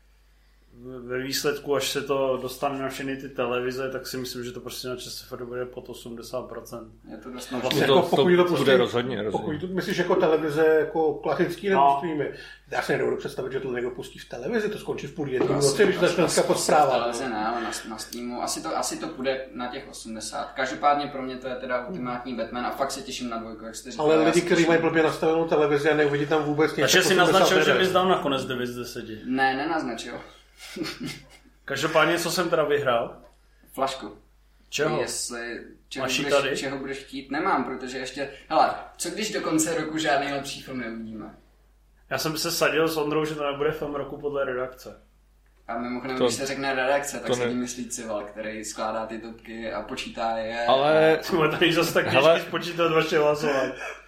ve výsledku, až se to dostane na všechny ty televize, tak si myslím, že to prostě na ČSFD bude pod osmdesát procent. Je to dost vlastně to, jako, pokud to, to bude rozhodně. rozhodně. Pokud to myslíš jako televize, jako klasický nebo no. streamy, já si nedovedu představit, že to někdo pustí v televizi, to skončí v půl jednou noci, když začne dneska po zprávách. Televize ne, ale na, na streamu. Asi to, asi to půjde na těch osmdesát. Každopádně pro mě to je teda ultimátní Batman a fakt se těším na dvojku, jak jste říkal. Ale lidi, kteří mají blbě nastavenou televizi a neuvidí tam vůbec něco. Takže si naznačil, že bys dal nakonec devět z deseti. Ne, nenaznačil. Každopádně, co jsem teda vyhrál? Flašku. Čeho? Jestli, čeho, budeš, čeho budeš chtít? Nemám, protože ještě... Hele, co když do konce roku žádný lepší film neuvidíme? Já jsem se sadil s Ondrou, že to nebude film roku podle redakce. A mimochodem, když se řekne redakce, tak se tím myslí Cival, který skládá ty topky a počítá je. Ale... A... To je zase tak těžký spočítat vaše hlasování.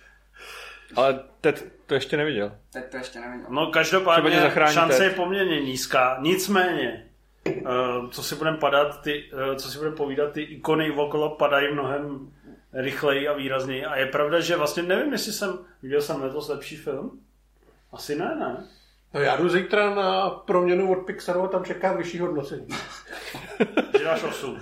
Ale teď to ještě neviděl. Teď to ještě neviděl. No každopádně šance je poměrně nízká. Nicméně, uh, co si budeme padat, ty, uh, co si budeme povídat, ty ikony okolo padají mnohem rychleji a výrazněji. A je pravda, že vlastně nevím, jestli jsem viděl jsem letos lepší film. Asi ne, ne. No já jdu zítra na proměnu od Pixaru a tam čekám vyšší hodnocení. Že dáš osm.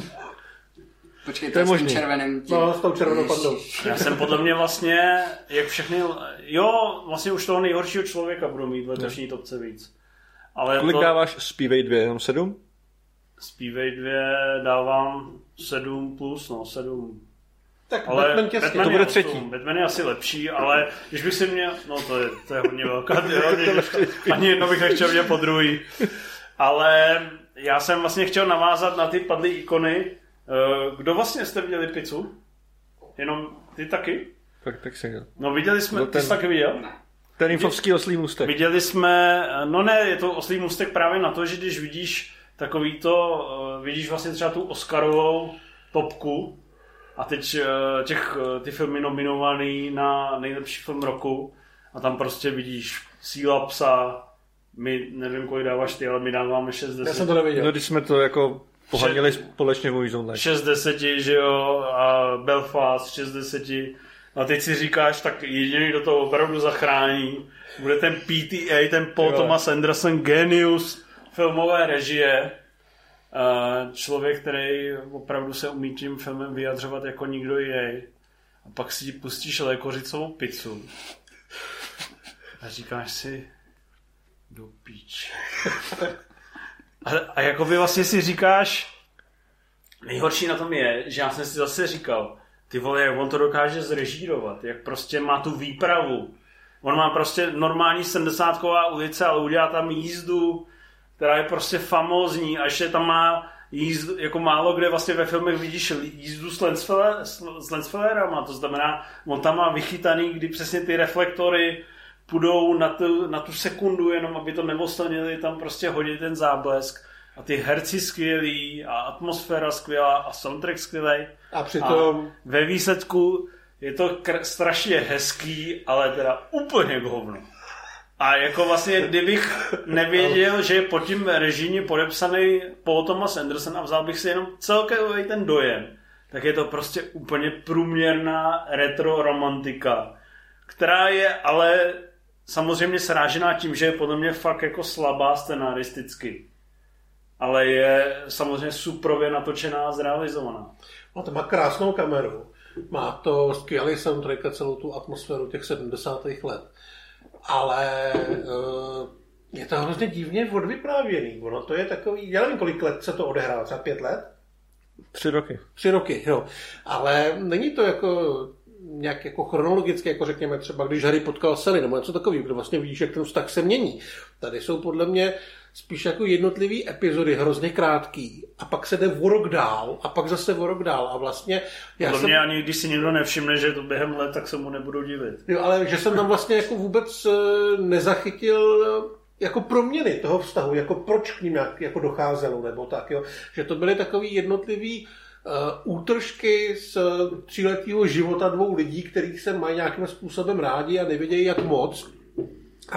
Počkej, to je možný. Červeným tím. No, s tou červenou pandou. Já jsem podle mě vlastně, jak všechny, jo, vlastně už toho nejhoršího člověka budu mít v letošní topce víc. Ale kolik to... dáváš Spivej dva, jenom sedm? Spivej dva dávám sedm plus, no sedm. Tak ale Batman těsně. Batman to bude je třetí. osm. Batman je asi lepší, ale když bych si měl, no to je, to je hodně velká, hodně ani jedno bych nechtěl mě po druhý. Ale já jsem vlastně chtěl navázat na ty padlé ikony. Kdo vlastně jste viděli Pizzu? Jenom ty taky? Tak, tak jsem viděl. No viděli jsme, no, ten, ty jsi taky viděl? Ten infovský oslý můstek. Viděli jsme, no ne, je to oslý můstek právě na to, že když vidíš takový to, vidíš vlastně třeba tu Oscarovou topku a teď těch, ty filmy nominovaný na nejlepší film roku a tam prostě vidíš Síla psa, my nevím, kolik dáváš ty, ale my dáváme šest z deseti. Já jsem to neviděl. No když jsme to jako pohanili společně v Movies Online. šest z deseti, že jo, a Belfast šest z deseti. A teď si říkáš, tak jediný do toho opravdu zachrání bude ten P T A, ten Paul jo. Thomas Anderson, genius filmové režie. Člověk, který opravdu se umí tím filmem vyjadřovat jako nikdo jiný. A pak si pustíš lékořicovou pizzu. A říkáš si, do píč. A, a jakoby vlastně si říkáš, nejhorší na tom je, že já jsem si zase říkal, ty vole, jak on to dokáže zrežírovat, jak prostě má tu výpravu. On má prostě normální sedmdesátková ulice, ale udělá tam jízdu, která je prostě famózní a ještě tam má jízdu, jako málo kde vlastně ve filmech vidíš jízdu s, Lensfle, s Lensflerama, to znamená, on tam má vychytaný, kdy přesně ty reflektory půjdou na tu, na tu sekundu, jenom aby to neoslanili, tam prostě hodit ten záblesk. A ty herci skvělí, a atmosféra skvělá, a soundtrack skvělý. A přitom... A ve výsledku je to kr- strašně hezký, ale teda úplně k hovnu. A jako vlastně, kdybych nevěděl, že je pod tím režimem podepsaný Paul Thomas Anderson a vzal bych si jenom celkový ten dojem, tak je to prostě úplně průměrná retro romantika, která je ale samozřejmě srážená tím, že je podle mě fakt jako slabá scenaristicky. Ale je samozřejmě suprově natočená a zrealizovaná. No, to má krásnou kameru. Má to skvělý soundtrack a celou tu atmosféru těch sedmdesátých let. Ale uh, je to hrozně divně odvyprávěný. Ono to je takový, já nevím, kolik let se to odehrává, třeba pět let? Tři roky. Tři roky, jo. Ale není to jako nějak jako chronologicky, jako řekněme třeba, když Harry potkal Sally, nebo něco takového, kde vlastně vidíš, jak ten vztah se mění. Tady jsou podle mě spíš jako jednotlivý epizody, hrozně krátký, a pak se jde o rok dál, a pak zase o rok dál, a vlastně... Já podle jsem... mě ani když si někdo nevšimne, že je to během let, tak se mu nebudu divit. Jo, ale že jsem tam vlastně jako vůbec nezachytil jako proměny toho vztahu, jako proč k ním nějak jako docházelo, nebo tak, jo. Že to byly takový jednotlivý uh, útržky z tříletého života dvou lidí, kterých se mají nějakým způsobem rádi a nevědějí jak moc. A,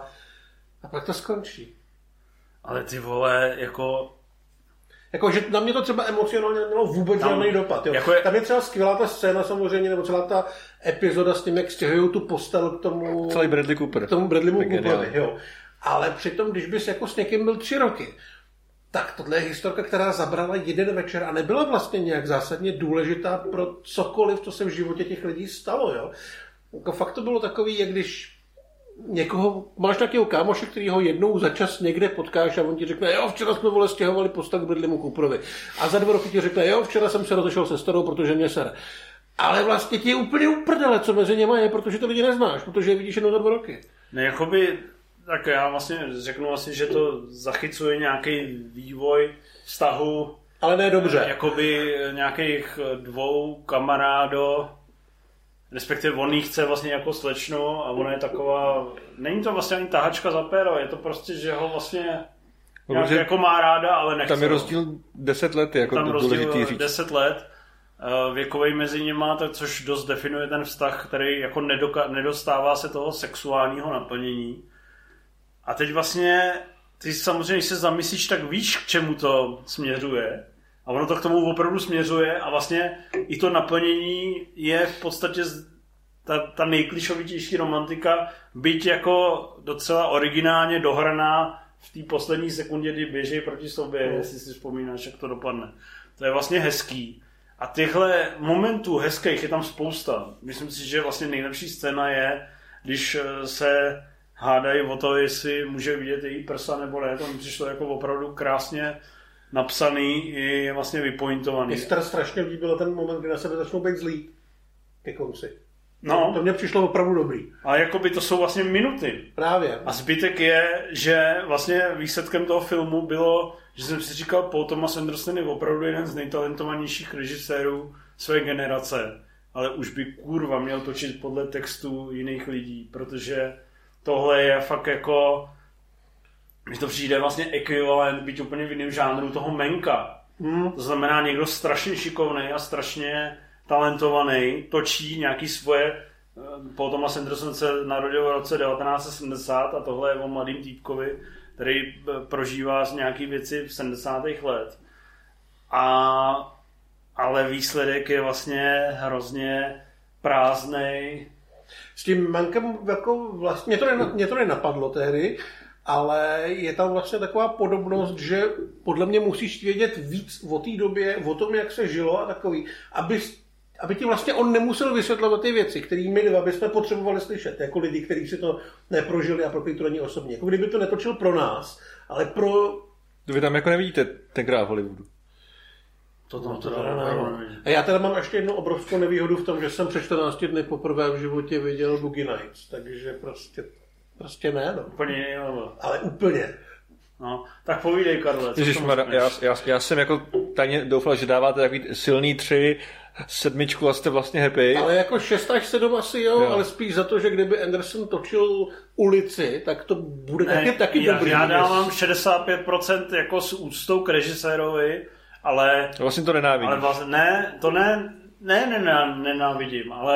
a pak to skončí. Ale ty vole, jako... Jako, že na mě to třeba emocionálně nemělo vůbec Tam, žádný dopad. Jo. Jako je... Tam je třeba skvělá ta scéna samozřejmě, nebo celá ta epizoda s tím, jak stěhují tu postel k tomu... Celý Bradley Cooper. K tomu Bradleymu Cooperovi, jo. Ale přitom, když bys jako s někým byl tři roky, tak tohle je historka, která zabrala jeden večer a nebyla vlastně nějak zásadně důležitá pro cokoliv, co se v životě těch lidí stalo, jo. Jako fakt to bylo takový, jak když někoho, máš nějakého kámoše, kterýho jednou za čas někde potkáš a on ti řekne, jo, včera jsme vole stěhovali postel k Bradleymu Cooperovi. A za dva roky ti řekne, jo, včera jsem se rozešel se starou, protože mě sere. Ale vlastně ti je úplně uprdele, co mezi něma je, protože ty lidi neznáš, protože je vidíš jenom za dva roky. Ne, jakoby, tak já vlastně řeknu vlastně, že to zachycuje nějaký vývoj vztahu. Ale ne dobře. Jakoby nějakých dvou kamarádů, respektive on jí chce vlastně jako slečnu a ona je taková, není to vlastně ani tahačka za péro, je to prostě, že ho vlastně nějak jako má ráda, ale nechce. Tam je rozdíl deset let, jako tam důležitý říct. deset let, věkovej mezi nima, což dost definuje ten vztah, který jako nedoka- nedostává se toho sexuálního naplnění. A teď vlastně, ty samozřejmě, když se zamyslíš, tak víš, k čemu to směřuje. A ono to k tomu opravdu směřuje a vlastně i to naplnění je v podstatě ta, ta nejklišovitější romantika, byť jako docela originálně dohraná v té poslední sekundě, kdy běží proti sobě, no. Jestli si vzpomínáš, jak to dopadne. To je vlastně hezký. A těchhle momentů hezkých je tam spousta. Myslím si, že vlastně nejlepší scéna je, když se hádají o to, jestli může vidět její prsa nebo ne. To mi přišlo jako opravdu krásně napsaný i vlastně vypointovaný. Mně se strašně líbil ten moment, kdy na sebe začnou být zlý ke konci. No. To mně přišlo opravdu dobrý. Ale jakoby to jsou vlastně minuty. Právě. A zbytek je, že vlastně výsledkem toho filmu bylo, že jsem si říkal, Paul Thomas Anderson je opravdu jeden z nejtalentovanějších režisérů své generace. Ale už by kurva měl točit podle textu jiných lidí, protože tohle je fakt jako... Když to přijde vlastně ekvivalent, být úplně v jiném žánru toho Menka. Hmm. To znamená někdo strašně šikovný a strašně talentovaný, točí nějaký svoje... Paul Thomas Anderson se narodil v roce devatenáct set sedmdesát a tohle je o mladým týpkovi, který prožívá nějaké věci v sedmdesátých let. A, ale výsledek je vlastně hrozně prázdnej. S tím Menkem jako vlastně, mě to, ne, mě to nenapadlo tehdy, ale je tam vlastně taková podobnost, že podle mě musíš vědět víc o té době, o tom, jak se žilo a takový, aby, aby ti vlastně on nemusel vysvětlovat ty věci, které my dva bychom potřebovali slyšet, jako lidi, kteří si to neprožili a pro který to není osobně. Jako kdyby to netočil pro nás, ale pro... Vy tam jako nevidíte tenkrát v Hollywoodu. To tam to teda nevím. A já teda mám ještě jednu obrovskou nevýhodu v tom, že jsem před čtrnácti dny poprvé v životě viděl Boogie Nights, takže prostě... Prostě ne, no. Úplně jiný level. Ale úplně. No, tak povídej, Karle. Ježišmarja, já, já, já jsem jako tajně doufal, že dáváte takový silný tři, sedmičku a jste vlastně happy. Ale jako šest až sedm asi jo, jo, ale spíš za to, že kdyby Anderson točil Ulici, tak to bude ne, taky, taky já, dobrý. Já dávám šedesát pět procent jako s úctou k režisérovi, ale... Vlastně to nenávidím. Ale vlastně, ne, to ne, ne, ne, ne, nenávidím, ale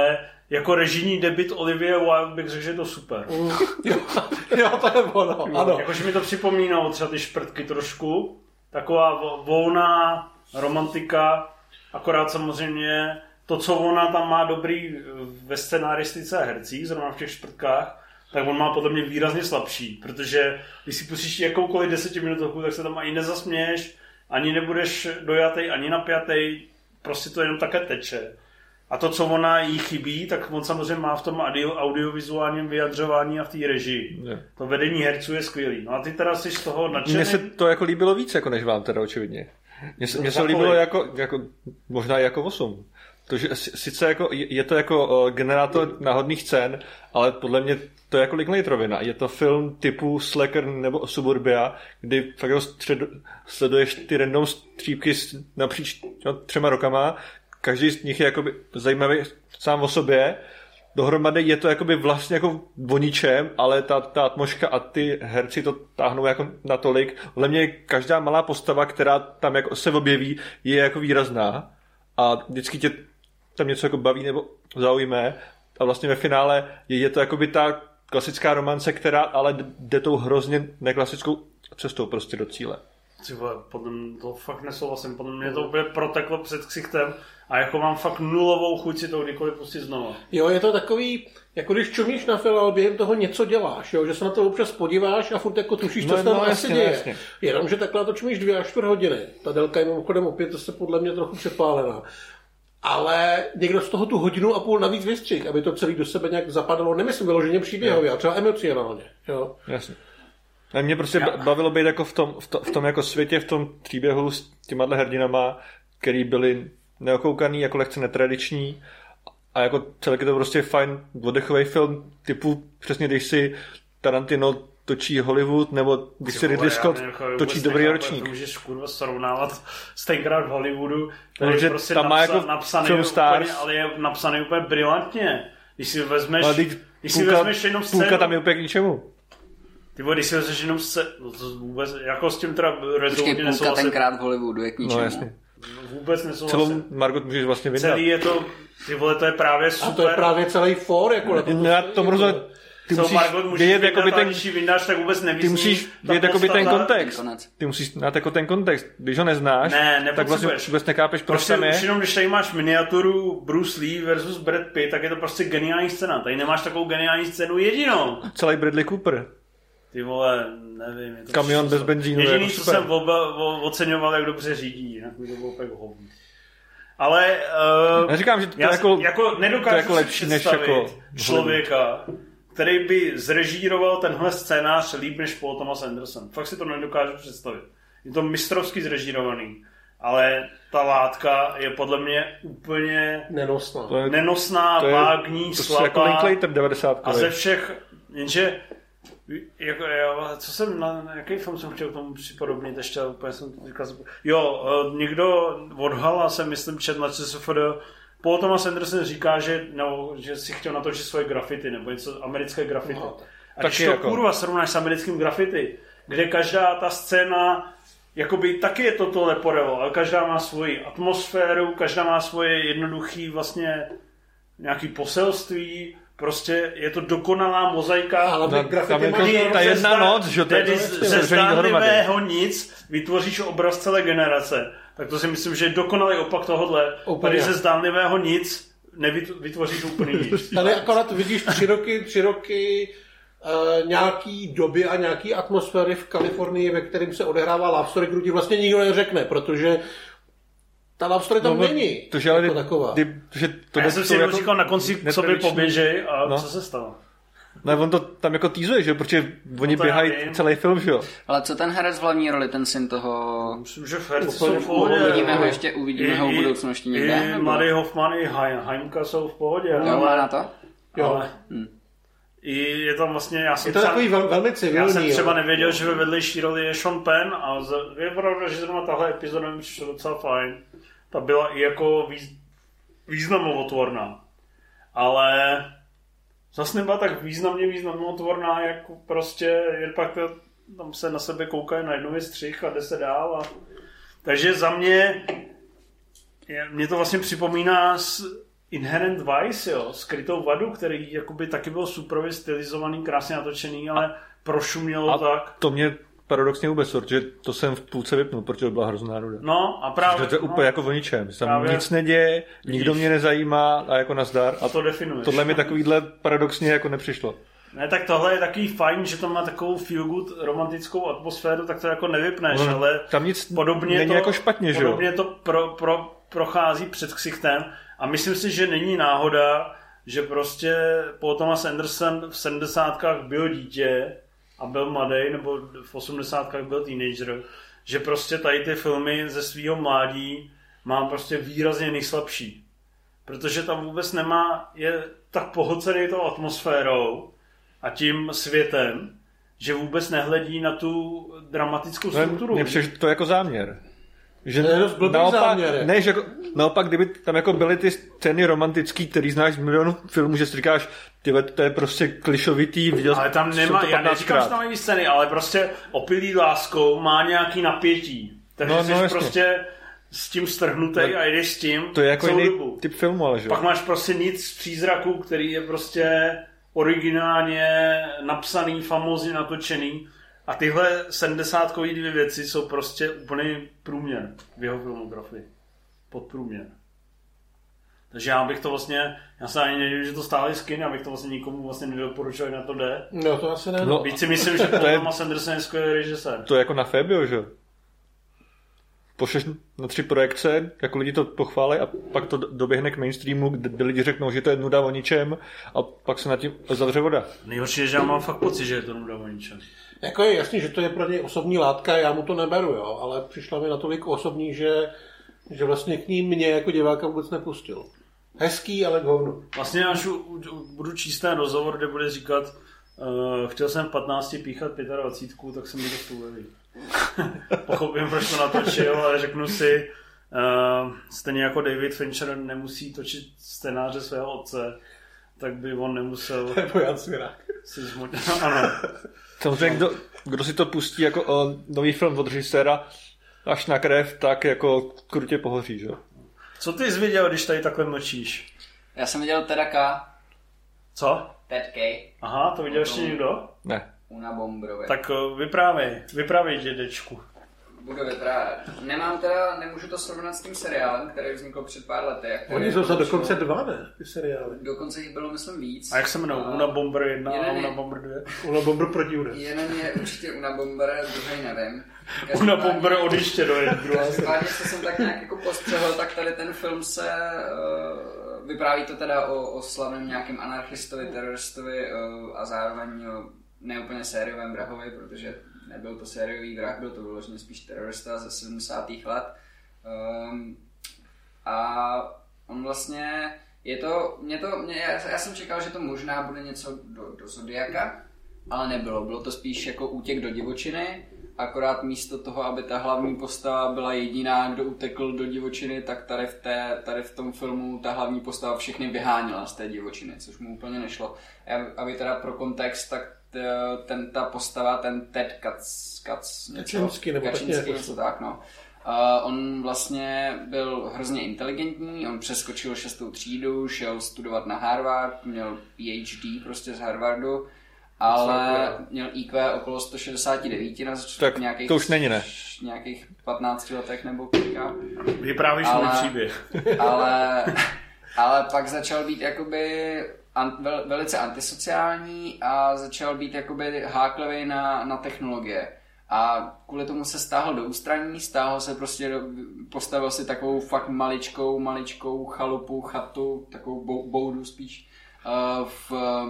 jako režijní debut Olivia Wilde bych řekl, že je to super. Mm, jo, jo, to je ono, ano. Jakože mi to připomínalo třeba ty šprtky trošku. Taková volná romantika, akorát samozřejmě to, co ona tam má dobrý ve scenaristice a hercích, zrovna v těch šprtkách, tak on má podle mě výrazně slabší, protože když si pustíš jakoukoliv desetiminutovku, tak se tam ani nezasměješ, ani nebudeš dojatej, ani napjatej, prostě to jenom také teče. A to, co ona jí chybí, tak on samozřejmě má v tom audiovizuálním vyjadřování a v té režii. Je. To vedení herců je skvělý. No a ty teda jsi z toho nadšený? Mně se to jako líbilo víc, jako než vám teda očividně. Mně se, mně se líbilo jako, jako, možná jako osm. Protože sice jako, je to jako generátor náhodných scén, ale podle mě to je jako Linklaterovina. Je to film typu Slacker nebo Suburbia, kdy fakt střed, sleduješ ty random střípky napříč no, třema rokama. Každý z nich je jakoby zajímavý sám o sobě. Dohromady je to jakoby vlastně jako o ničem, ale ta, ta atmosféra a ty herci to táhnou jako natolik. Podle mě každá malá postava, která tam jako se objeví, je jako výrazná. A vždycky tě tam něco jako baví nebo zaujme. A vlastně ve finále je, je to jakoby ta klasická romance, která ale jde tou hrozně neklasickou cestou prostě do cíle. Tyhle, podle mě to fakt nesouhlasím, podle mě to úplně proteklo před ksichtem a jako mám fakt nulovou chuť si to kdykoliv pustit znova. Jo, je to takový, jako když čumíš na film, ale během toho něco děláš, jo? Že se na to občas podíváš a furt jako tušíš, co no, se tam no, asi děje. Jasně. Jenomže takhle to čumíš dvě až čtvrt hodiny. Ta délka je mimochodem opět, to se podle mě trochu přepálená. Ale někdo z toho tu hodinu a půl navíc vystřih, aby to celý do sebe nějak zapadalo, nemyslím vyloženě příběhově, a třeba emocionálně. Jo? Jasně. A mě prostě Já. bavilo být jako v tom, v, to, v tom jako světě, v tom příběhu s těma hrdinama, který byli neokoukaný, jako lehce netradiční a jako celek je to prostě fajn oddechový film typu přesně, když si Tarantino točí Hollywood, nebo když si Ridley Scott točí Dobrý ročník. To můžeš kurva srovnávat s tenkrát v Hollywoodu, který je prostě tam napsa, jako napsaný úplně, ale je napsaný úplně brilantně. Když si vezmeš, když půlka, si vezmeš jenom scénu... Půlka tam je úplně k ničemu. Ty vole, když si vezmeš jenom scénu, no to vůbec, jako s tím teda rezolutně nesouhlasím. Půlka tenkrát v Hollywoodu je k ničemu. No jasně. Vůbec nesouhlasím. Celou Margot můžeš vlastně vydat. Celý je to, ty vole, to je právě super. A to je právě celý for, jako... No, já tomu rozumím. Ty musíš vědět, jakoby ten, vyndáš, tak vůbec nevíš, ty musíš vědět jakoby ten kontext. Ty musíš znát jako ten kontext. Když ho neznáš, ne, tak vlastně vůbec nekápeš, proč prostě tam je. Už jenom, když tady máš miniaturu Bruce Lee versus Brad Pitt, tak je to prostě geniální scéna. Tady nemáš takovou geniální scénu jedinou. Celý Bradley Cooper. Ty vole, nevím. Je to Kamion bez benzínu. Jediný, jako co super. jsem oba, o, oceňoval, jak dobře řídí. Jinak to bylo úplně hovno. Ale uh, já říkám, že to já jako, jako nedokážu to jako lepší než jako člověka, který by zrežíroval tenhle scénář líp než Paul Thomas Anderson. Fakt si to nedokážu představit. Je to mistrovsky zrežírovaný, ale ta látka je podle mě úplně nenosná, to je, nenosná, to je, vágní, to slabá. Jako Linklater devadesát. A ze všech, jenže jako, jo, co jsem, na, na jaký film jsem chtěl k tomu připodobnit, ještě úplně jsem to říkal, jo, někdo odhala jsem, myslím, čet na ČSFD, Paul Thomas Anderson říká, že, no, že si chtěl natočit svoje grafity, nebo něco americké grafity. No, a když to jako... kurva srovnáš s americkým grafity, kde každá ta scéna, jakoby taky je to tohle porelo, ale každá má svoji atmosféru, každá má svoje jednoduchý vlastně nějaký poselství, prostě je to dokonalá mozaika. Ale no, grafity je ta jedna noc, že to je ze zdánlivého nic vytvoříš obraz celé generace. Tak to si myslím, že je dokonalý opak tohohle. Tady ze zdánlivého nic nevytvoříš úplně nic. Tady akorát vidíš tři roky, tři roky uh, nějaký doby a nějaký atmosféry v Kalifornii, ve kterým se odehrává love story, kterou ti vlastně nikdo neřekne, protože ta love story tam no, není. To, že ale jako taková. Ty, že to já jsem si jako říkal na konci k sobě poběžej a no. Co se stalo? No on to tam jako týzuje, že? Protože oni no běhají celý film, že jo? Ale co ten herec v hlavní roli, ten syn toho... Myslím, že v herci jsou v pohodě. Uvidíme ho ještě, uvidíme I, ho v budoucnosti někde. I Mladý Hoffman i Heimka jsou v pohodě. Jo, ale... má na to? Jo. Ale... Hmm. I je tam vlastně... Já jsem je to třeba, takový vel, velmi civilní. Já jsem třeba nevěděl, že ve vedlejší roli je Sean Penn a je pravda, že zrovna tahle epizoda mi přišla docela fajn. Ta byla i jako výz, významovotvorná. Ale... Zase nebyla tak významně významotvorná, jak prostě je pak to, tam se na sebe koukají na jednou střih a jde se dál. A... Takže za mě, je, mě to vlastně připomíná s Inherent Vice, jo, skrytou vadu, který jakoby taky byl super stylizovaný, krásně natočený, ale a, prošumělo a tak. To mě paradoxně vůbec, protože to jsem v půlce vypnul, protože to byla hrozná nuda. No a právě. To je úplně no, jako o ničem. Tam právě, nic neděje, nikdo vidíš, mě nezajímá a jako nazdar. A to definuješ. Tohle mi takovýhle paradoxně jako nepřišlo. Ne, tak tohle je takový fajn, že to má takovou feel good romantickou atmosféru, tak to jako nevypneš, no, ale tam nic podobně není to, jako špatně, že jo? Podobně to pro, pro, prochází před ksichtem a myslím si, že není náhoda, že prostě Paul Thomas Anderson v sedmdesátkách byl dítě a byl mladý, nebo v osmdesátkách byl teenager, že prostě tady ty filmy ze svého mládí má prostě výrazně nejslabší. Protože tam vůbec nemá, je tak pohlcený tou atmosférou a tím světem, že vůbec nehledí na tu dramatickou strukturu. Mně přijde, že to je jako záměr. Že to je dost blbý naopak, záměr. Ne, že jako, naopak, kdyby tam jako byly ty scény romantický, který znáš z milionu filmů, že si říkáš, tyhle, to je prostě klišovitý, viděl ale tam nemá, já neříkám, že tam mají scény, ale prostě opilý láskou má nějaký napětí. Takže no, jsi no, prostě s tím strhnutej no, a jdeš s tím. To je jako jiný dobu. Typ filmu, ale že? Pak máš prostě Nic z přízraku, který je prostě originálně napsaný, famózně natočený. A tyhle sedmdesátkový dvě věci jsou prostě úplný průměr v jeho filmografii. Podprůměr. Takže já bych to vlastně, já se ani nevím, že to stále skin, já bych to vlastně nikomu vlastně nedoporučil, jak na to jde. No to asi ne. No, víc si myslím, že Paul Thomas Anderson je skvělý režisér. To je jako na Fabio, že? Pošleš na tři projekce, jako lidi to pochválí a pak to doběhne k mainstreamu, kde lidi řeknou, že to je nuda o ničem a pak se nad tím zavře voda. Nejhorší je, že já mám fakt pocit, že je to nuda o ničem. Jako je jasný, že to je pro něj osobní látka, já mu to neberu, jo, ale přišla mi natolik osobní, že, že vlastně k ní mě jako diváka vůbec nepustil. Hezký, ale k hovnu. Vlastně až u, u, budu číst ten rozhovor, kde bude říkat, uh, chtěl jsem v patnácti píchat dvacet pět, tak jsem mi to spůleví. Pochopím, proč to natočil, ale řeknu si, uh, stejně jako David Fincher nemusí točit scénáře svého otce, tak by on nemusel... Nebo Jan Svěrák. Si zmotil. Ano. Samozřejmě, kdo, kdo si to pustí jako uh, nový film od režiséra až na krev, tak jako krutě pohoří, že? Co ty jsi viděl, když tady takhle mlčíš? Já jsem viděl Teda K. Co? Ted K. Aha, to viděl ještě někdo? Ne. Una Bombrovi. Tak uh, vyprávěj, vyprávěj, dědečku. Budu vyprávět. Nemám teda, nemůžu to srovnat s tím seriálem, který vznikl před pár lety. Oni jsou za dokonce dva, ne? Ty seriály. Dokonce jich bylo, myslím, víc. A jak se jmenou? Una Bomber jedna a Una Bomber dvě? Una Bomber proti Una. Jeden je určitě Una Bomber, druhý nevím. Una Bomber odjiště do jednu. Každopádně, co jsem tak nějak jako postřehl, tak tady ten film se... Uh, vypráví to teda o, o slavném nějakém anarchistovi, teroristovi uh, a zároveň uh, neúplně sériovém vrahovi, protože nebyl to sériový vrah, byl to vyloženě spíš terorista ze sedmdesátých let. Um, a on vlastně, je to, mě to, mě, já, já jsem čekal, že to možná bude něco do, do Zodiaka, ale nebylo. Bylo to spíš jako útěk do divočiny, akorát místo toho, aby ta hlavní postava byla jediná, kdo utekl do divočiny, tak tady v, té, tady v tom filmu ta hlavní postava všechny vyháněla z té divočiny, což mu úplně nešlo. Aby teda pro kontext, tak ten, ta postava, ten Ted Kac, Kac Kačinský, nebo Kačinský, něco tak, no. Uh, on vlastně byl hrozně inteligentní, on přeskočil šestou třídu, šel studovat na Harvard, měl P H D prostě z Harvardu, ale měl I Q okolo sto šedesát devět na tak nějakých, to už není, ne? nějakých patnácti letech nebo kolika. Vyprávíš můj příběh. ale, ale pak začal být jakoby an, vel, velice antisociální a začal být jakoby háklivý na, na technologie. A kvůli tomu se stáhl do ústraní, stáhl se prostě, do, postavil si takovou fakt maličkou, maličkou chalupu, chatu, takovou boudu spíš uh, v,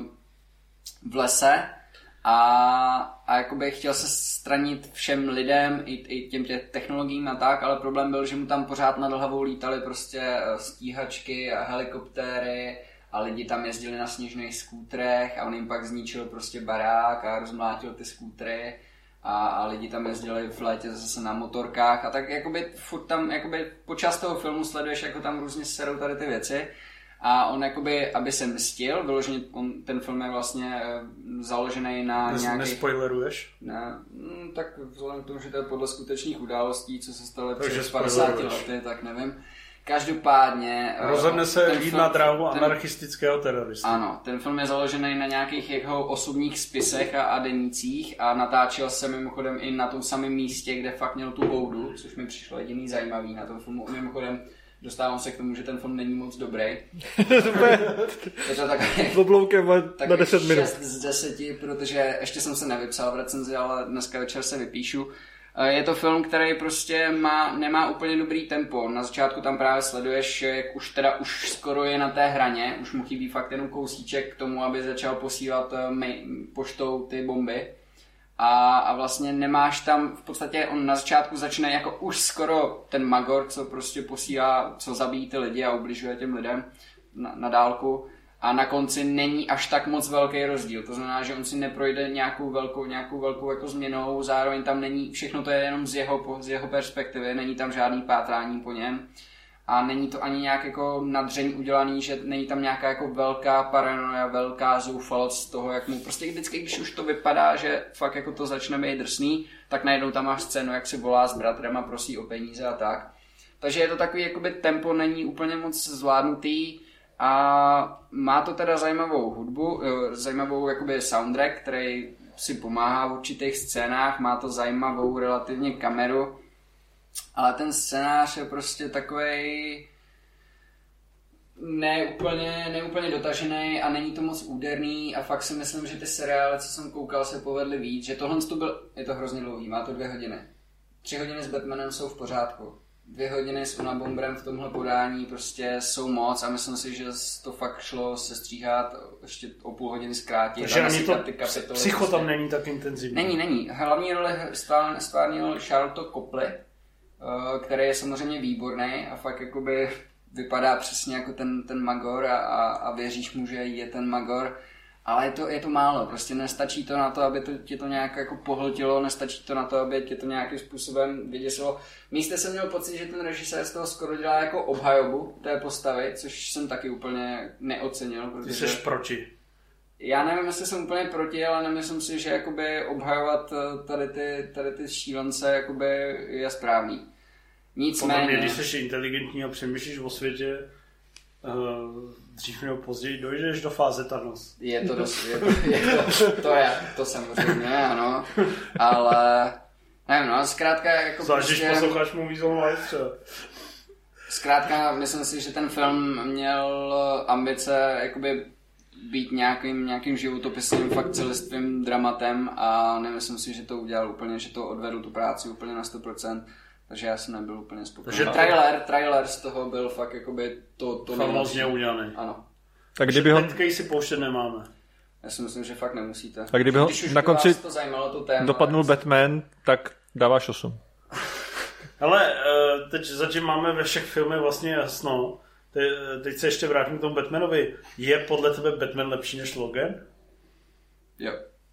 v lese a, a jakoby chtěl se stranit všem lidem i, i těm tě technologiím a tak, ale problém byl, že mu tam pořád nad hlavou lítaly prostě stíhačky a helikoptéry a lidi tam jezdili na sněžných skútrech a on jim pak zničil prostě barák a rozmlátil ty skútry. A, a lidi tam jezdili v létě zase na motorkách a tak jakoby furt tam jakoby počas toho filmu sleduješ, jako tam různě serou tady ty věci a on jakoby, aby se mstil, vyloženě on, ten film je vlastně založený na Nes, nějakých... Nespoileruješ? Ne, no, tak vzhledem k tomu, že to je podle skutečných událostí, co se staly před padesáti lety, tak nevím. Každopádně... Rozhodne se jít na dráhu anarchistického teroristu. Ano, ten film je založený na nějakých jeho osobních spisech a, a denících a natáčel se mimochodem i na tom samém místě, kde fakt měl tu boudu, což mi přišlo jediný zajímavý na tom filmu. Mimochodem dostávám se k tomu, že ten film není moc dobrý. Je to takový... Obloukem na deset minut. šest z deseti, protože ještě jsem se nevypsal v recenzi, ale dneska večer se vypíšu. Je to film, který prostě má, nemá úplně dobrý tempo. Na začátku tam právě sleduješ, jak už teda už skoro je na té hraně, už mu chybí fakt jenom kousíček k tomu, aby začal posílat poštou ty bomby. A, a vlastně nemáš tam, v podstatě on na začátku začne jako už skoro ten magor, co prostě posílá, co zabíjí ty lidi a ubližuje těm lidem na, na dálku. A na konci není až tak moc velký rozdíl. To znamená, že on si neprojde nějakou velkou, nějakou velkou jako změnou, zároveň tam není, všechno to je jenom z jeho, z jeho perspektivy, není tam žádný pátrání po něm. A není to ani nějak jako nadřeň udělaný, že není tam nějaká jako velká paranoia, velká zoufalost z toho, jak mu prostě vždycky, když už to vypadá, že fakt jako to začne být drsný, tak najednou tam máš scénu, jak si volá s bratrem a prosí o peníze a tak. Takže je to takový, jakoby tempo není úplně moc zvládnutý a má to teda zajímavou hudbu, zajímavou jakoby soundtrack, který si pomáhá v určitých scénách, má to zajímavou relativně kameru, ale ten scénář je prostě takovej neúplně, neúplně dotažený a není to moc úderný a fakt si myslím, že ty seriály, co jsem koukal, se povedly víc, že tohle to byl, je to hrozně dlouhý, má to dvě hodiny. Tři hodiny s Batmanem jsou v pořádku. Dvě hodiny s Unabomberem v tomhle podání prostě jsou moc a myslím si, že to fakt šlo sestříhat, ještě o půl hodiny zkrátit. Takže ani to ty kapitoly, psycho prostě. Tam není tak intenzivní. Není, není. Hlavní roli stvárnil Charlotte Copley, který je samozřejmě výborný a fakt jakoby vypadá přesně jako ten, ten magor a, a, a věříš mu, že je ten magor, ale je to, je to málo, prostě nestačí to na to, aby to, tě to nějak jako pohltilo, nestačí to na to, aby tě to nějakým způsobem vyděsilo. Místé jsem měl pocit, že ten režisér z toho skoro dělá jako obhajobu té postavy, což jsem taky úplně neocenil. Protože... Ty jsi proti. Já nevím, jestli jsem úplně proti, ale nemyslím si, že jakoby obhajovat tady ty, tady ty šílence jakoby je správný. Nicméně... Podle mě, když jsi inteligentní a přemýšlíš o světě, uh, dřív nebo později dojdeš do fáze Thanos. Je to dost, je to, je to, to je, to samozřejmě, ano, ale nevím, no, zkrátka jako Zvlášť, prostě... když posloucháš mu Weasel Life, Zkrátka, myslím si, že ten film měl ambice jakoby být nějakým, nějakým životopisným, fakt celistvým dramatem a nemyslím si, že to udělal úplně, že to odvedl tu práci úplně na sto procent. Takže já jsem nebyl úplně spokojený. Takže trailer, trailer z toho byl fakt jakoby to, to famózně udělaný. Ano. Tak kdyby ho... Teďkej si pouštět nemáme. Já si myslím, že fakt nemusíte. A kdyby ho na konci to zajímalo, to téma, dopadnul tak... Batman, tak dáváš osm. Ale teď zatím máme ve všech filmech vlastně jasno. Te, teď se ještě vrátím k tomu Batmanovi. Je podle tebe Batman lepší než Logan? Jo.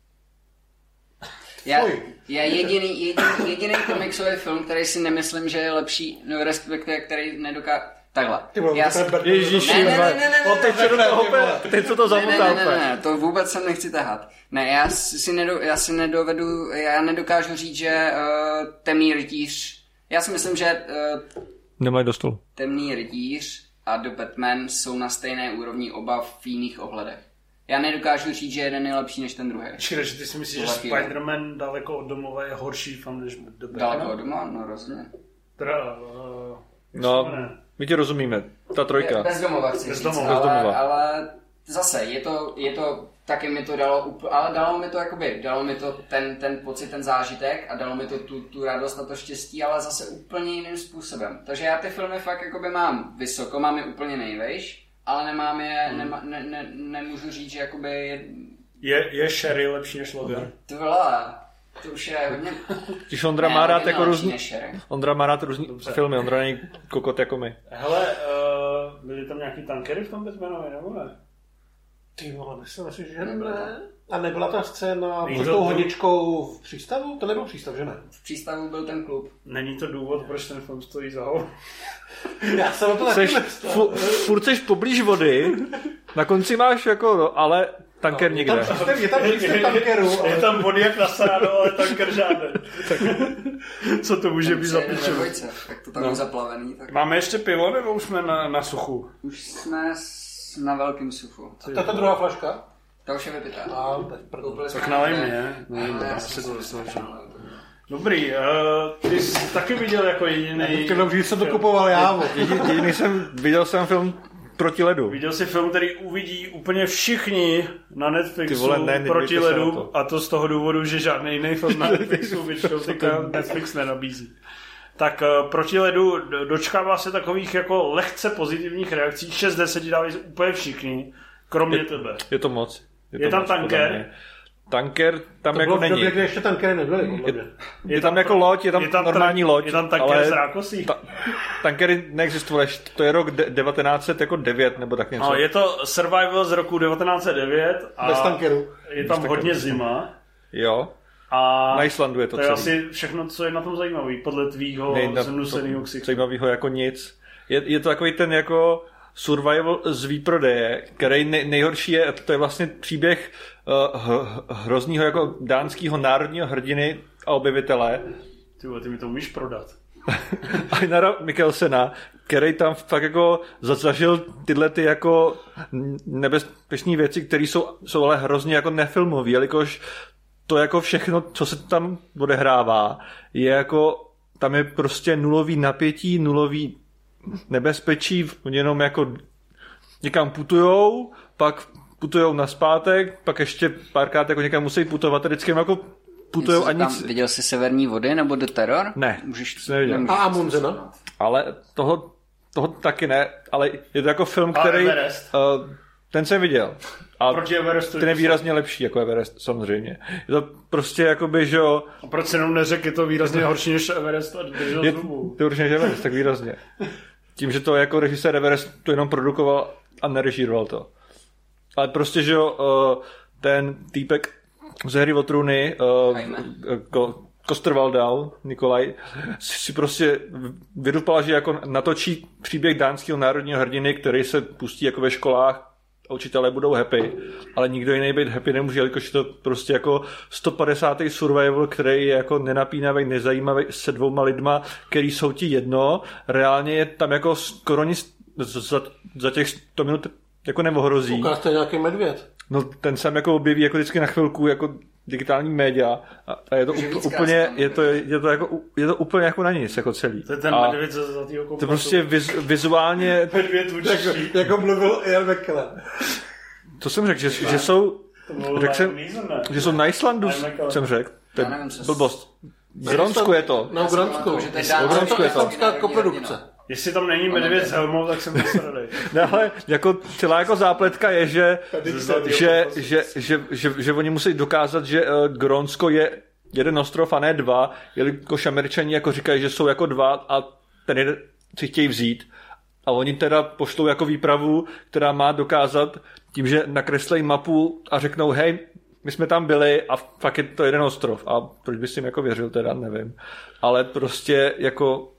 Já, já jediný, jediný, jediný komiksový film, který si nemyslím, že je lepší, no respektive, který nedokáže... Takhle. Já si... Ježíši, ne, ne, ne, ne, ne, teď co to zamotal. Ne, ne, ne, ne, to vůbec jsem nechci tahat. Ne, já si, nedo, já si nedovedu, já nedokážu říct, že uh, Temný rytíř, já si myslím, že uh, nemají do stolu. Temný rytíř a The Batman jsou na stejné úrovni oba v jiných ohledech. Já nedokážu říct, že jeden je lepší než ten druhý. Čili, že ty si myslíš, že Spider-Man daleko od domova je horší film než The Batman? Daleko od domova? No rozumím. Teda, uh, no, my ti rozumíme. Ta trojka. Bez domova chci Bez říct, domova. ale, Bez domova. ale zase, je to, je to, taky mi to dalo, ale dalo mi to jakoby, dalo mi to ten, ten pocit, ten zážitek a dalo mi to tu, tu radost a to štěstí, ale zase úplně jiným způsobem. Takže já ty filmy fakt jakoby mám vysoko, mám je úplně nejvejš, ale nemám je, hmm. nema, ne, ne, nemůžu říct, že jakoby je... Je, je Sherry lepší než Logan? To vole, to už je hodně... Když Ondra má rád jako různý... Ondra má rád různý filmy, Ondra není kokot jako my. Hele, uh, byly tam nějaký tankery v tom Batmanovi, nebo ne? Ty vole, myslím, že ne. A nebyla ta scéna pod tou hodičkou v přístavu? To nebyl přístav, že ne? V přístavu byl ten klub. Není to důvod, proč ten film stojí za hol? Já jsem to taky Furt seš poblíž vody, na konci máš jako, no, ale tanker no, nikde. Je tam přístav, je tam přístav tankeru. Ale... Je tam vody jak na sráno, ale tanker žádný. Co to může být za piču? Tak to tam no. je zaplavený. Tak... Máme ještě pivo, nebo už jsme na, na suchu? Už jsme na velkým suchu. A to je ta druhá flaška? Ta už je vypitá. A, tak tak nalej mě. Dobrý, uh, ty jsi taky viděl jako jediný... Když jsem to kupoval já. Jediný jsem, viděl jsem film Proti ledu. Viděl jsi film, který uvidí úplně všichni na Netflixu vole, ne, Proti ledu to. A to z toho důvodu, že žádný jiný film na Netflixu většinou teďka Netflix nenabízí. Tak uh, Proti ledu dočkává se takových jako lehce pozitivních reakcí. šest deset dávají úplně všichni, kromě je, tebe. Je to moc. Je, je to tam moc, tanker? Tanker tam to jako není. To bylo v době, ještě tankery nebyly. Je, je, je tam, tam jako loď, je tam, je tam normální loď. Je tam tanker z rákosí. Ta, tankery neexistovaly, to je rok de, devatenáct set devět nebo tak něco. No, je to survival z roku devatenáct set devět a bez tankeru. Je tam bez hodně tankeru. Zima. Jo. A na Islandu je to To je celý. asi všechno, co je na tom zajímavý, podle tvýho zmnuseného ksichtu. Zajímavýho jako nic. Je, je to takový ten jako survival z výprodeje, který nej, nejhorší je, to je vlastně příběh uh, h, hroznýho jako dánského národního hrdiny a objevitele. Ty, ty mi to umíš prodat. Einara Mikkelsena, který tam fakt jako zažil tyhle ty jako nebezpečné věci, které jsou, jsou ale hrozně jako nefilmový, jelikož to jako všechno, co se tam odehrává, je jako, tam je prostě nulový napětí, nulový nebezpečí, oni jenom jako někam putujou, pak putujou naspátek, pak ještě párkrát jako někam musí putovat, a vždycky jako putujou a nic... Viděl jsi Severní vody nebo The Terror? Ne, Můžeš, neviděl. A Amundsena? Ale toho, toho taky ne, ale je to jako film, který... Uh, ten jsem viděl. A proti Everestu ten je výrazně lepší jako Everest, samozřejmě. Je to prostě jakoby, že jo... A proč se jenom neřek, je to výrazně horší než Everest a držel je, zubu? To určitě než Everest, tak výrazně. Tím, že to jako režisér Everest to jenom produkoval a nerežíroval to. Ale prostě, že jo, ten týpek ze Hry o trůny, ko, Kosterwaldau, Nikolaj, si prostě vydupal, že jako natočí příběh dánského národního hrdiny, který se pustí jako ve školách a učitelé budou happy, ale nikdo jiný být happy nemůže, jelikož je to prostě jako sto padesátý survival, který je jako nenapínavý, nezajímavý se dvouma lidma, který jsou ti jedno, reálně je tam jako skoro nic za, za těch sto minut jako neohrozí. Ukážte nějaký medvěd. No ten se jako objeví jako vždycky na chvilku jako digitální média a, a je to up, úplně je to, je, to jako, je to úplně jako na nic jako celý. To je ten medvěd za zlatýho kompletu. To prostě viz, vizuálně medvěd jako, jako mluvil Ian McKellen. To jsem řekl, že, že jsou řekl jsem, že jsou na Islandu, jsem řekl. To je blbost. V Grónsku je to. Na Grónsku. V Grónsku je to islandská koprodukce. Jestli tam není medvěd s helmou, tak jsem nesradej. No ale jako celá jako zápletka je, že, že, že, že, že, že oni musí dokázat, že uh, Grónsko je jeden ostrov a ne dva, jelikož Američani jako říkají, že jsou jako dva a ten jeden si chtějí vzít. A oni teda pošlou jako výpravu, která má dokázat tím, že nakreslejí mapu a řeknou, hej, my jsme tam byli a fakt je to jeden ostrov. A proč bys jim jako věřil, teda nevím. Ale prostě jako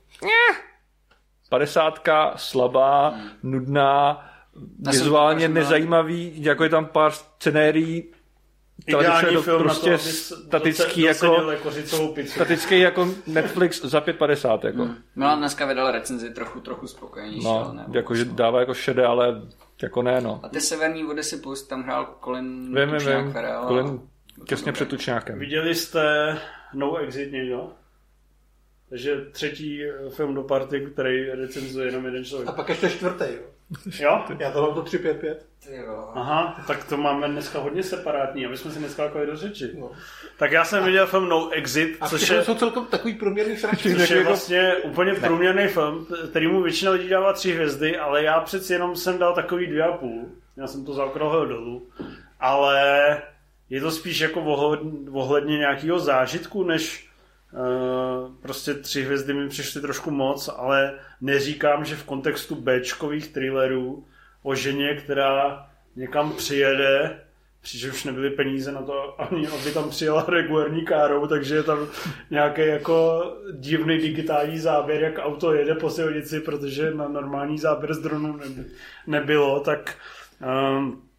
padesátka, slabá, hmm. nudná, vizuálně nezajímavý, jako je tam pár scenérií, ideální film prostě na to, statický jako, statický jako Netflix za pět padesát jako. Hmm. Milan dneska vydal recenzi trochu, trochu spokojenější. No, jakože dává jako šedé, ale jako ne, no. A ty Severní vody si pust, tam hrál Colin vím, Tučňák. Vím, Colin těsně před Tučňákem. Viděli jste No Exit někdo? Takže třetí film do party, který recenzuje jenom jeden člověk. A pak ještě čtvrtý, jo? Jo? Já to mám to tři pět pět. Aha, tak to máme dneska hodně separátní, aby jsme si dneska jako do řeči. No. Tak já jsem viděl film No Exit, a což je... jsou celkem takový průměrný sračky. Což je vlastně úplně průměrný film, kterýmu většina lidí dává tři hvězdy, ale já přeci jenom jsem dal takový dvě a půl. Já jsem to zaokrouhlil dolů. Ale je to spíš jako ohledně nějakého zážitku, než Uh, prostě tři hvězdy mi přišly trošku moc, ale neříkám, že v kontextu béčkových thrillerů o ženě, která někam přijede, přičemž nebyly peníze na to, ani aby tam přijela regulární károu, takže je tam nějaký jako divný digitální záběr, jak auto jede po silnici, protože na normální záběr z dronu neby, nebylo, tak um,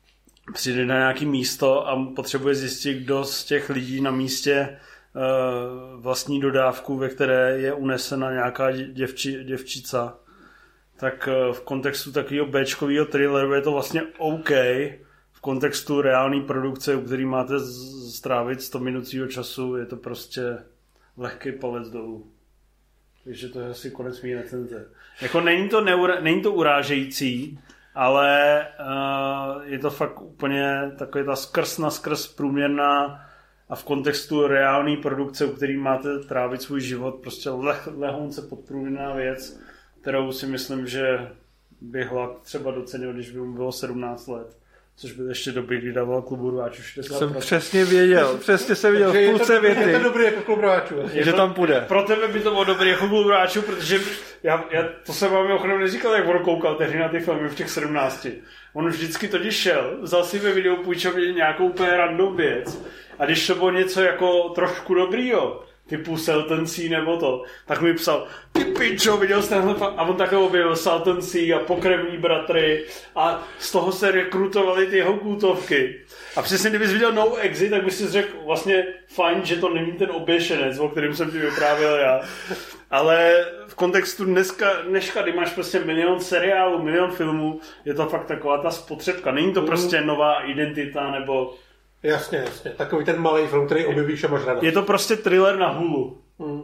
přijde na nějaký místo a potřebuje zjistit, kdo z těch lidí na místě uh, vlastní dodávku, ve které je unesena nějaká děvči, děvčica. Tak uh, v kontextu takového béčkového thrilleru je to vlastně OK. V kontextu reálné produkce, u který máte strávit sto minut svýho času, je to prostě lehký palec dolů. Takže to je asi konec mý recenze. Jako není to, neura, není to urážející, ale uh, je to fakt úplně taková ta skrz na skrz průměrná a v kontextu reálné produkce, u který máte trávit svůj život, prostě leh, lehonce podprůměrná věc, kterou si myslím, že bych hlad třeba docenil, když by mu bylo sedmnáct let. Což byl ještě doby, kdy dával Klubu rváčů šedesát procent. Jsem přesně věděl, přesně jsem viděl v půlce věty. Je to dobrý jako Klub rváčů. Že to, tam půjde. Pro tebe by to bylo dobrý jako Klub rváčů, protože já, já to jsem vám mimochodem neříkal, jak on koukal tehdy na ty filmy v těch sedmnácti. On vždycky totiž šel, vzal si ve videu, půjčil mě nějakou úplně random věc a když to bylo něco jako trošku dobrýho, typu Salton Sea nebo to, tak mi psal, ty pičo, viděl jsi tenhle a on takhle objevil Salton Sea a Pokrevní bratry a z toho se rekrutovaly ty jeho kultovky. A přesně kdybys viděl No Exit, tak bys si řekl vlastně fajn, že to není ten oběšenec, o kterém jsem ti vyprávěl já. Ale v kontextu dneska, dneška, kdy máš prostě milion seriálů, milion filmů, je to fakt taková ta spotřebka. Není to prostě nová identita nebo... Jasně, jasně. Takový ten malý film, který objevíš a máš radost. Je to prostě thriller na Hulu. Hmm.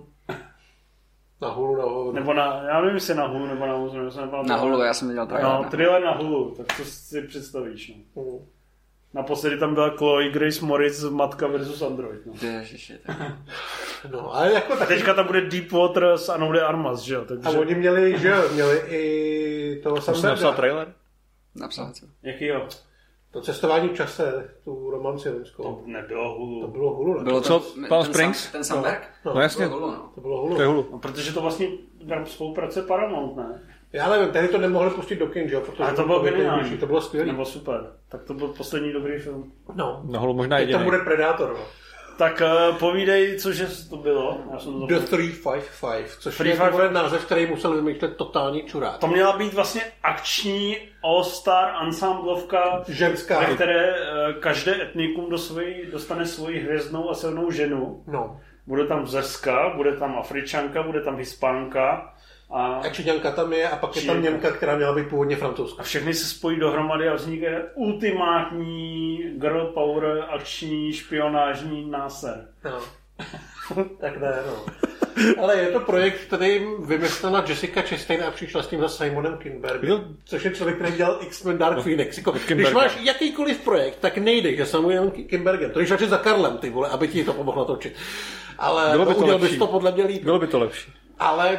Na Hulu, na Hulu. Nebo na, já nevím, jestli na Hulu, nebo na Hulu. Na Hulu, já jsem viděl trailer. No, thriller na Hulu, tak to si představíš. No. Hmm. Naposledy tam byla Chloe Grace Moritz, Matka versus Android. No, Ježiši, no ale jako tak... Teďka tam bude Deepwater s Anou de Armas, že jo? Takže... A oni měli, že jo, měli i toho Sandberga. Jsi napsal trailer? Napsal co? Jakýho? To cestování v čase, tu romanci lidskou. To nebylo Hulu. To bylo Hulu, ne? Bylo to Palm ten Springs? Sam, ten Sandberg? No, no jasně. To bylo Hulu, no. To bylo Hulu. To je Hulu. No, protože to vlastně spolupráce Paramount, ne? Já nevím, tehdy to nemohli pustit do kin, že jo? Protože ale to bylo geniální. To bylo skvělé. Nebo super. Tak to byl poslední dobrý film. No. Na Hulu možná Teď jediný. tam bude Predátor, no. Tak uh, povídej, cože to bylo. Já jsem to The tři pět pět, což tři je pět pět. název, který musel vymýšlet totální čurák. To měla být vlastně akční all-star ansamblovka, ženská, ve které uh, každé etnikum do svojí, dostane svoji hvězdnou a silnou ženu. No. Bude tam Zerska, bude tam Afričanka, bude tam Hispánka. A, a Číňanka tam je a pak je tam Němka, která měla být původně francouzská. A všechny se spojí dohromady a vznikne ultimátní girl power, akční, špionážní náser. No. Tak ne, no. Ale je to projekt, který vymyslela Jessica Chastain a přišla s tím za Simonem Kinbergem, což je člověk, který dělal X-Men Dark no, Phoenix. Jako, když máš jakýkoliv projekt, tak nejde, že Simonem Kinbergem. To když radši za Karlem, ty vole, aby ti to pomohlo točit. Ale bylo by to udělal lepší. bys to podle mě líp. Bylo by to lepší. Ale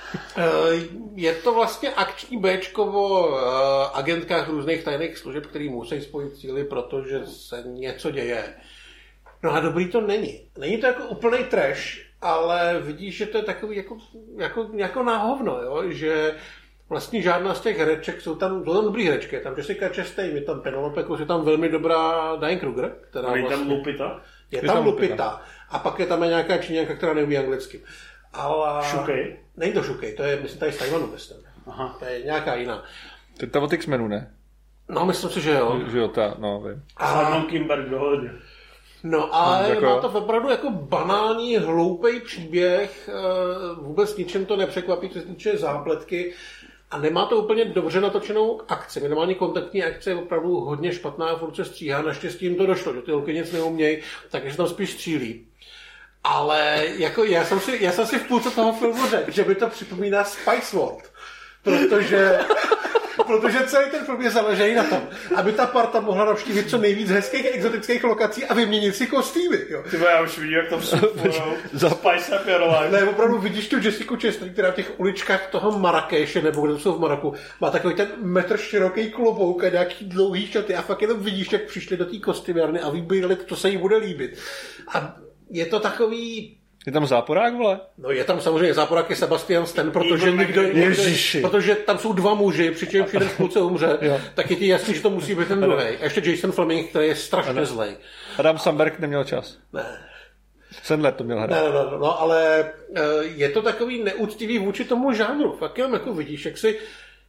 je to vlastně akční béčko o agentkách různých tajných služeb, který musí spojit síly, protože se něco děje. No a dobrý to není. Není to jako úplný trash, ale vidíš, že to je takový jako, jako, jako na hovno, jo? Že vlastně žádná z těch hereček, jsou tam, jsou tam dobrý herečky, je tam Jessica Chastain, je tam Penelope Cruz, je tam velmi dobrá Diane Kruger, která a je vlastně... tam Lupita? Je, je tam, tam Lupita. Lupita. A pak je tam nějaká Číňanka, která neumí anglicky. Ale... Šukej? Není to Šukej, to je, myslím, tady z Tajvanu, myslím. Aha. To je nějaká jiná. To je ta od X-menu, ne? No, myslím si, že jo. Že jo, ta, no, vím. A Simon Kinberg dohodně. No, ale jako... má to opravdu jako banální, hloupej příběh, vůbec ničem to nepřekvapí, co se týče zápletky a nemá to úplně dobře natočenou akci. Minimálně kontaktní akce je opravdu hodně špatná a furt se stříhá, naštěstí jim to došlo, že ty holky nic neumějí, takže se tam spíš střílí. Ale jako já jsem si, já jsem si v půlce toho filmu řekl, že by to připomíná Spice World, protože, protože celý ten film je založený na tom, aby ta parta mohla navštívit co nejvíc hezkých exotických lokací a vyměnit si kostýmy. Jo. Ty já už vidím, jak to vstupujou. Spice Up Your Life. Ne, opravdu vidíš tu Jessica Chastain, která v těch uličkách toho Marrakeše, nebo kde jsou v Maroku, má takový ten metr široký klobouk a nějaký dlouhý šaty a fakt jenom vidíš, jak přišli do té kostýmárny a vybírali, co se jí bude líbit. A je to takový... Je tam záporák, vole? No je tam samozřejmě záporák je Sebastian Stan, protože nikdo, nikdo protože tam jsou dva muži, přičemž jeden v půlce umře, tak je ti jasný, že to musí být ten druhý. A ještě Jason Fleming, který je strašně zlej. Adam Samberg neměl čas. Ne. Sandler to měl hrát. Ne, ne, ne, no, ale je to takový neúctivý vůči tomu žánru. Fakt jenom jako vidíš, jak si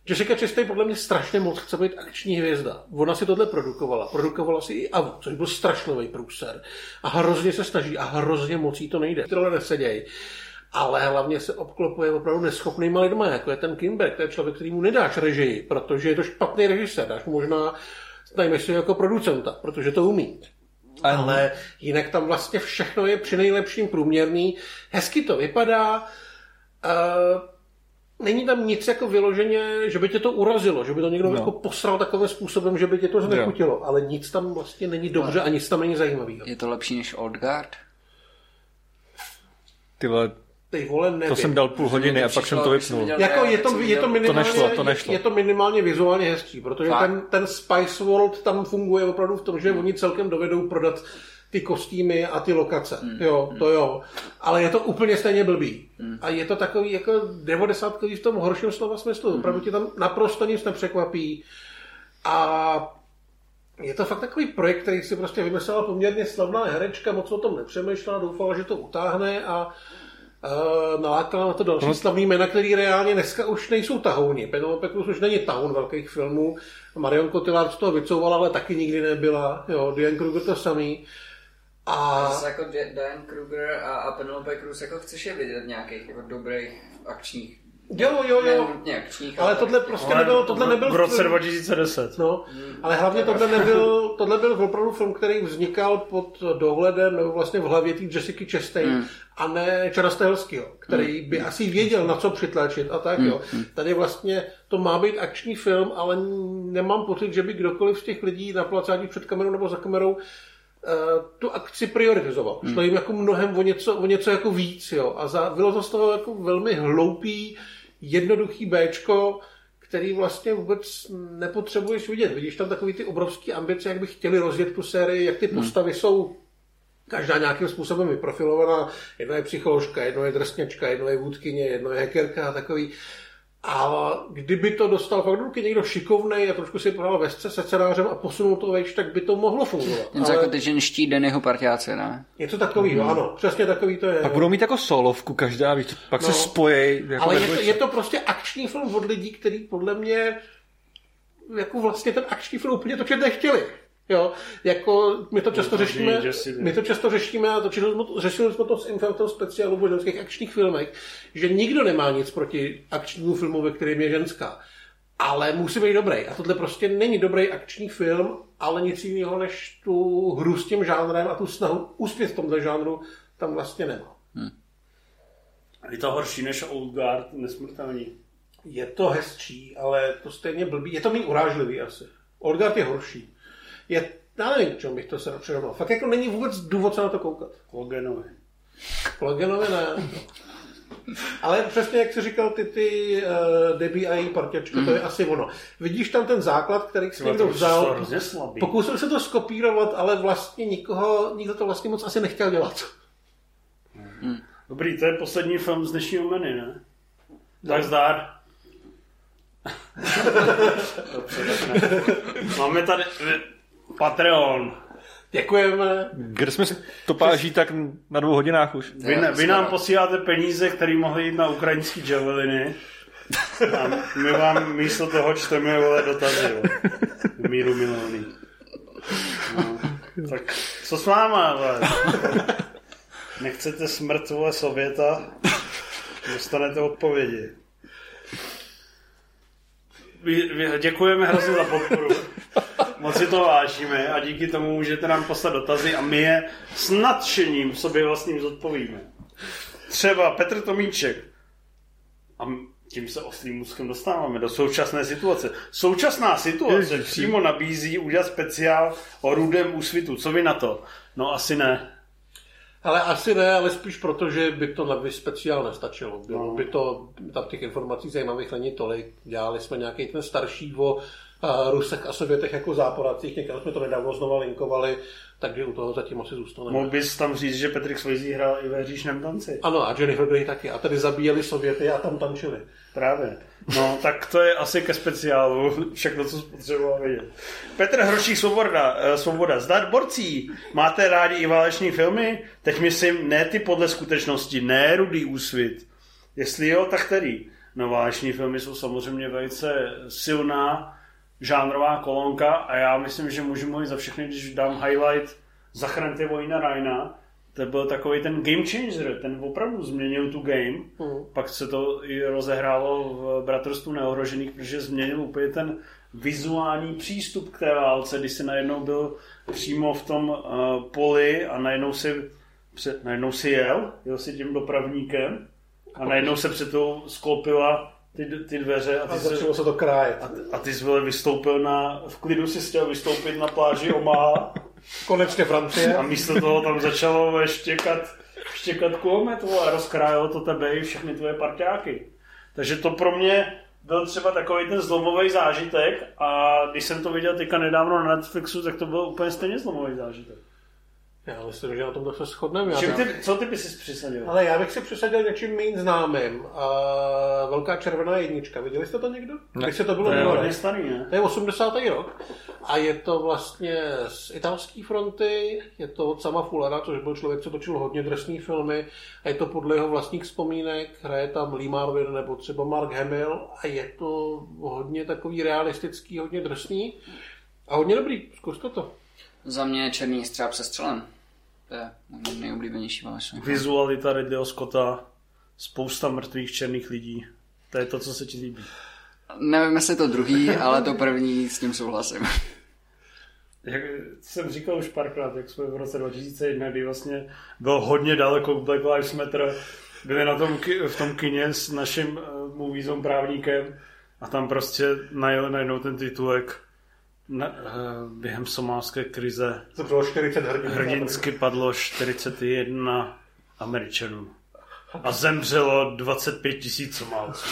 Jessica Chastain podle mě strašně moc chce být akční hvězda. Ona si tohle produkovala. Produkovala si i Avu, což byl strašlivý průser. A hrozně se snaží a hrozně moc jí to nejde. Tyhle neseděj. Ale hlavně se obklopuje opravdu neschopnýma lidma, jako je ten Kinberg. To je člověk, který mu nedáš režii, protože je to špatný režisér. Dáš mu možná, najme si jako producenta, protože to umí. Ano. Ale jinak tam vlastně všechno je při nejlepším průměrný. Hezky to vypadá. Uh, není tam nic jako vyloženě, že by tě to urazilo, že by to někdo no. jako posral takovým způsobem, že by tě to znechutilo. Ale nic tam vlastně není dobře a nic tam není zajímavého. Je to lepší než Old Guard? Ty vole, Ty vole, nevím. To jsem dal půl hodiny a pak jsem to vypnul. Jako je to, je to minimálně, to nešlo, to nešlo. Je to minimálně vizuálně hezčí, protože ten, ten Spice World tam funguje opravdu v tom, že oni celkem dovedou prodat ty kostýmy a ty lokace. Mm. Jo, to jo. Ale je to úplně stejně blbý. Mm. A je to takový jako devadesátkový v tom horším slova smyslu. Mm. Opravdu ti tam naprosto nic nepřekvapí. A je to fakt takový projekt, který si prostě vymyslela poměrně slavná herečka, moc o tom nepřemýšlela, doufala, že to utáhne a Uh, nalákala na to další no. slavný jména, který reálně dneska už nejsou tahouni. Penelope Cruz už není tahoun velkých filmů. Marion Cotillard z toho vycouvala, ale taky nikdy nebyla. Jo, Diane Kruger to samý. A... Zase jako Diane Kruger a, a Penelope Cruz jako chceš je vidět nějakých jako dobrých akčních. Jo, jo, jo. Ne, akčních, ale, ale tohle tak, prostě nebyl, tohle nebyl v roce dva tisíce deset. No, ale hlavně tohle nebyl, tohle byl opravdu film, který vznikal pod dohledem nebo vlastně v hlavě té Jessica Chastain mm. a ne Chada Stahelského, který by mm. asi věděl, na co přitlačit a tak, mm. jo. Tady vlastně to má být akční film, ale nemám pocit, že by kdokoliv z těch lidí na placátí před kamerou nebo za kamerou Uh, tu akci prioritizoval. Hmm. Šlo jim jako mnohem o něco, o něco jako víc, jo. A za, bylo to z toho jako velmi hloupý, jednoduchý béčko, který vlastně vůbec nepotřebuješ vidět. Vidíš tam takový ty obrovský ambice, jak by chtěli rozjet tu sérii, jak ty postavy hmm. jsou každá nějakým způsobem vyprofilovaná. Jedno je psycholožka, jedno je drsňačka, jedno je vůdkyně, jedno je hackerka a takový. A kdyby to dostal fakt do ruky někdo šikovnej a trošku si pohrál ve se scénářem a posunul to vejš, tak by to mohlo fungovat. Něco ale... jako ty ženští Dannyho partiáci, ne? Něco takovýho, mm. ano. Přesně takový to je. Pak budou mít jako solovku každá, víc, pak no. se spojí. Jako ale je to, je to prostě akční film od lidí, který podle mě jako vlastně ten akční film úplně točit nechtěli. Jo, jako my to často no, řešíme, my to často řešíme a řešili jsme to s Infantom speciálu v ženských akčních filmech, že nikdo nemá nic proti akčnímu filmu, ve kterém je ženská. Ale musí být dobrý. A tohle prostě není dobrý akční film, ale nic jiného než tu hru s tím žánrem a tu snahu uspět v tomhle žánru tam vlastně nemá. Hmm. Je to horší než Old Guard, Nesmrtelní? Je to hezčí, ale to stejně blbý. Je to méně urážlivý asi. Old Guard je horší. Je, já nevím, čemu bych to se přirovnal. Fakt jako není vůbec důvod se na to koukat. Loganovi. Loganovi ne. Ale přesně jak jsi říkal, ty, ty uh, Debbie a její partiačka, mm. to je asi ono. Vidíš tam ten základ, který si někdo vzal. Pokusil se to skopírovat, ale vlastně nikoho, nikdo to vlastně moc asi nechtěl dělat. Mm. Dobrý, to je poslední film z dnešního menu, ne? Tak no. zdár. Dobře, tak ne. Máme tady Patreon. Děkujeme. Kde jsme stopáží tak na dvou hodinách už. Vy, ne, vy nám posíláte peníze, které mohly jít na ukrajinský javeliny. A my vám místo toho čteme vole dotazy. V míru milioný. No, tak co s váma? Vole? Nechcete smrt vole Sověta? Dostanete odpovědi. Děkujeme hrozně za podporu. Moc si to vážíme a díky tomu můžete nám poslat dotazy a my je s nadšením sobě vlastním zodpovíme. Třeba Petr Tomíček. A tím se ostrým můzkem dostáváme do současné situace. Současná situace Ježiši. přímo nabízí udělat speciál o Rudém úsvitu. Co vy na to? No asi ne. Ale asi ne, ale spíš proto, že by to na speciál nestačilo. Bylo no. by to, tam těch informací zajímavých není tolik. Dělali jsme nějaký ten starší o uh, Rusech a Sovětech jako záporacích, někdy jsme to nedávno znova linkovali, takže u toho zatím asi zůstaneme. Mohl bys tam říct, že Patrick Swayze hrál i ve Hříšném tanci. Ano, a Jennifer Grey taky. A tady zabíjeli Sověty a tam tančili. Právě. No, tak to je asi ke speciálu všechno, co potřeboval vědět. Petr Hrošík Svoboda, uh, Svoboda. Zdar borcí, máte rádi i váleční filmy? Teď myslím, ne ty podle skutečnosti, ne Rudý úsvit. Jestli jo, tak který? No váleční filmy jsou samozřejmě velice silná žánrová kolonka a já myslím, že můžu mluvit za všechny, když dám highlight Zachraňte vojína Ryana. To byl takový ten game changer, ten opravdu změnil tu game. Mm. Pak se to i rozehrálo v Bratrstvu neohrožených, protože změnil úplně ten vizuální přístup k té válce, když si najednou byl přímo v tom uh, poli a najednou si, před, najednou si jel, jel si tím dopravníkem a najednou se před tou sklopila ty, ty dveře a, ty a začalo se to krájet. A, a ty jsi vystoupil na, v klidu si chtěl vystoupit na pláži Omaha. Konečně Francie. A místo toho tam začalo štěkat, štěkat kulomet a rozkrájelo to tebe i všechny tvoje parťáky. Takže to pro mě byl třeba takový ten zlomový zážitek a když jsem to viděl teďka nedávno na Netflixu, tak to byl úplně stejně zlomový zážitek. Já myslím, že na tom se shodneme. Ty, co ty bys si přisadil? Ale já bych si přisadil něčím méně známým. Uh, Velká červená jednička. Viděli jste to někdo? Ne. Se to bylo to je hodně starý, ne? To je osmdesátý rok. A je to vlastně z italské fronty. Je to od Sama Fullera, což byl člověk, co točil hodně drsný filmy. A je to podle jeho vlastních vzpomínek. Hraje tam Lee Marvin nebo třeba Mark Hamill. A je to hodně takový realistický, hodně drsný. A hodně dobrý. Zkuste to. Za mě Černý střáp se střelem. To je můj nejoblíbenější vášeň. Vizualita Ridleyho Scotta, spousta mrtvých černých lidí. To je to, co se ti líbí. Nevím, jestli to druhý, ale to první s tím souhlasím. Jak jsem říkal už párkrát, jak jsme v roce dva tisíce jedna, kdy vlastně byl hodně daleko k Black Lives Matter, byli na tom, v tom kině s naším uh, moviezom právníkem a tam prostě najel najednou ten titulek na, uh, během somálské krize hrdinsky padlo čtyřicet jedna Američanů a zemřelo dvacet pět tisíc Somálců.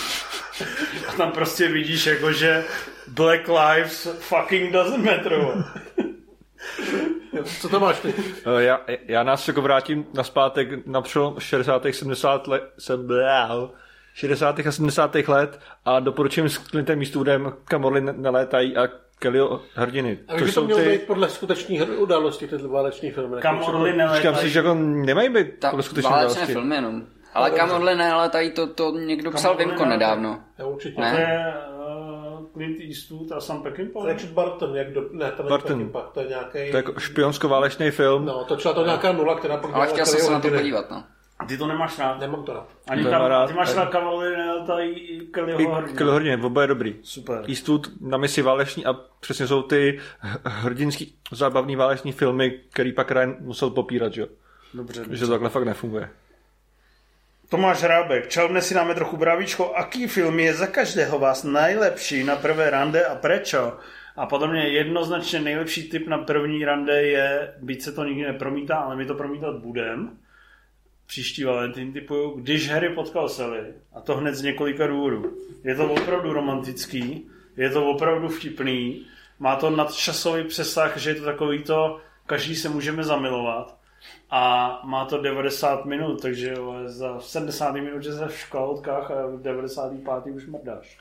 A tam prostě vidíš, jako, že Black Lives fucking doesn't matter. Co to máš ty? Já, já nás jako vrátím naspátek na přelom šedesátých sedmdesátých let, šedesátých a sedmdesátých let a doporučím s Clintem Eastwoodem Kam orly nelétají a Kellyho hrdiny. A víš, že to mělo být podle skutečných událostí ty váleční filmy. Kam orly nelétají. Říkám si, že jako nemají být Ta, podle skutečných událostí. Válečné filmy jenom. Ale Kam orly nelétají, to, to někdo psal Vimko nedávno. Já určitě. Ne? To je uh, Clint Eastwood a Sam Peckinpah. Richard Barton, jak do... ne, to není Peckinpah, to je nějaký... To je jako špionsko-válečný film. No, točila to nějaká nula, která pak ale chtěl jsem se na to podívat, no. Ty to nemáš rád? Nemám to rád. Ani tam, rád, ty máš rád Kam orly nelétají i Kellyho hrdiny. Kellyho hrdiny, oba je dobrý. Super. Eastwood na misi váleční a přesně jsou ty hrdinský zábavný váleční filmy, který pak Ryan musel popírat, že? Dobře. Že to takhle fakt nefunguje. Tomáš Rábek, čau, dnes si dáme trochu bravíčko. Aký film je za každého vás nejlepší na prvé rande a prečo? A podle mě jednoznačně nejlepší tip na první rande je, byť se to nikdy nepromítá, ale my to promítat budem. Příští Valentín typuju, Když Harry potkal Sally. A to hned z několika důvodů. Je to opravdu romantický, je to opravdu vtipný, má to nadčasový přesah, že je to takový to, každý se můžeme zamilovat. A má to devadesát minut, takže za sedmdesáté minutě se v škalotkách a v devadesátém pátém už mrdáš.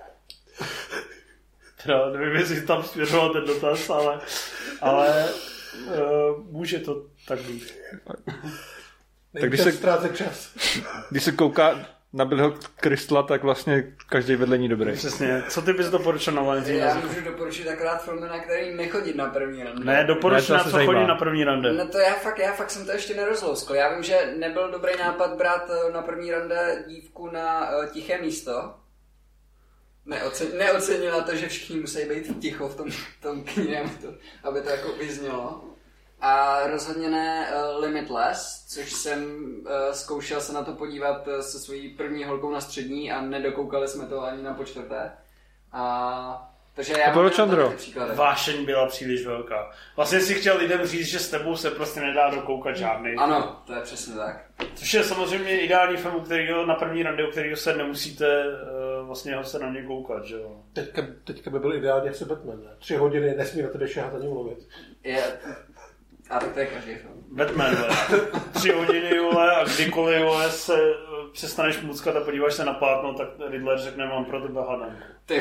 Teda nevím, jestli tam směřoval ten dotaz, ale, ale uh, může to tak být. Tak když se ztrácet čas. Když se kouká na Billyho Crystala, tak vlastně každý vedle ní dobrý. Přesně. Co ty bys doporučil na Valentína? Já můžu doporučit akorát filmy, na který nechodit na první rande. Ne, doporučit na co chodí na první rande. No to já fakt, já fakt jsem to ještě nerozlouskl. Já vím, že nebyl dobrý nápad brát na první rande dívku na uh, tiché místo. Neocen, neocenila to, že všichni musí být ticho v tom, tom kyně, aby to jako vyznělo. A rozhodně ne uh, Limitless, což jsem uh, zkoušel se na to podívat uh, se svojí první holkou na střední a nedokoukali jsme to ani na počtvrté. A... Takže já mám ty příklady. Vášeň byla příliš velká. Vlastně si chtěl lidem říct, že s tebou se prostě nedá dokoukat žádný. Ano, to je přesně tak. Což je samozřejmě ideální film, kterýho na první rande, u kterého se nemusíte uh, vlastně ho se na ně koukat, že jo? Teďka, teďka by byl ideálně asi Batman, ne? Tři hodiny nesmí na tebe šahat ani mluvit. Je... A tak to je každý film. Batman, vole. Tři hodiny, vole, a kdykoliv, vole, se přestaneš muckat a podíváš se na plátno, tak Riddler řekne, mám pro tebe hadanku. Ty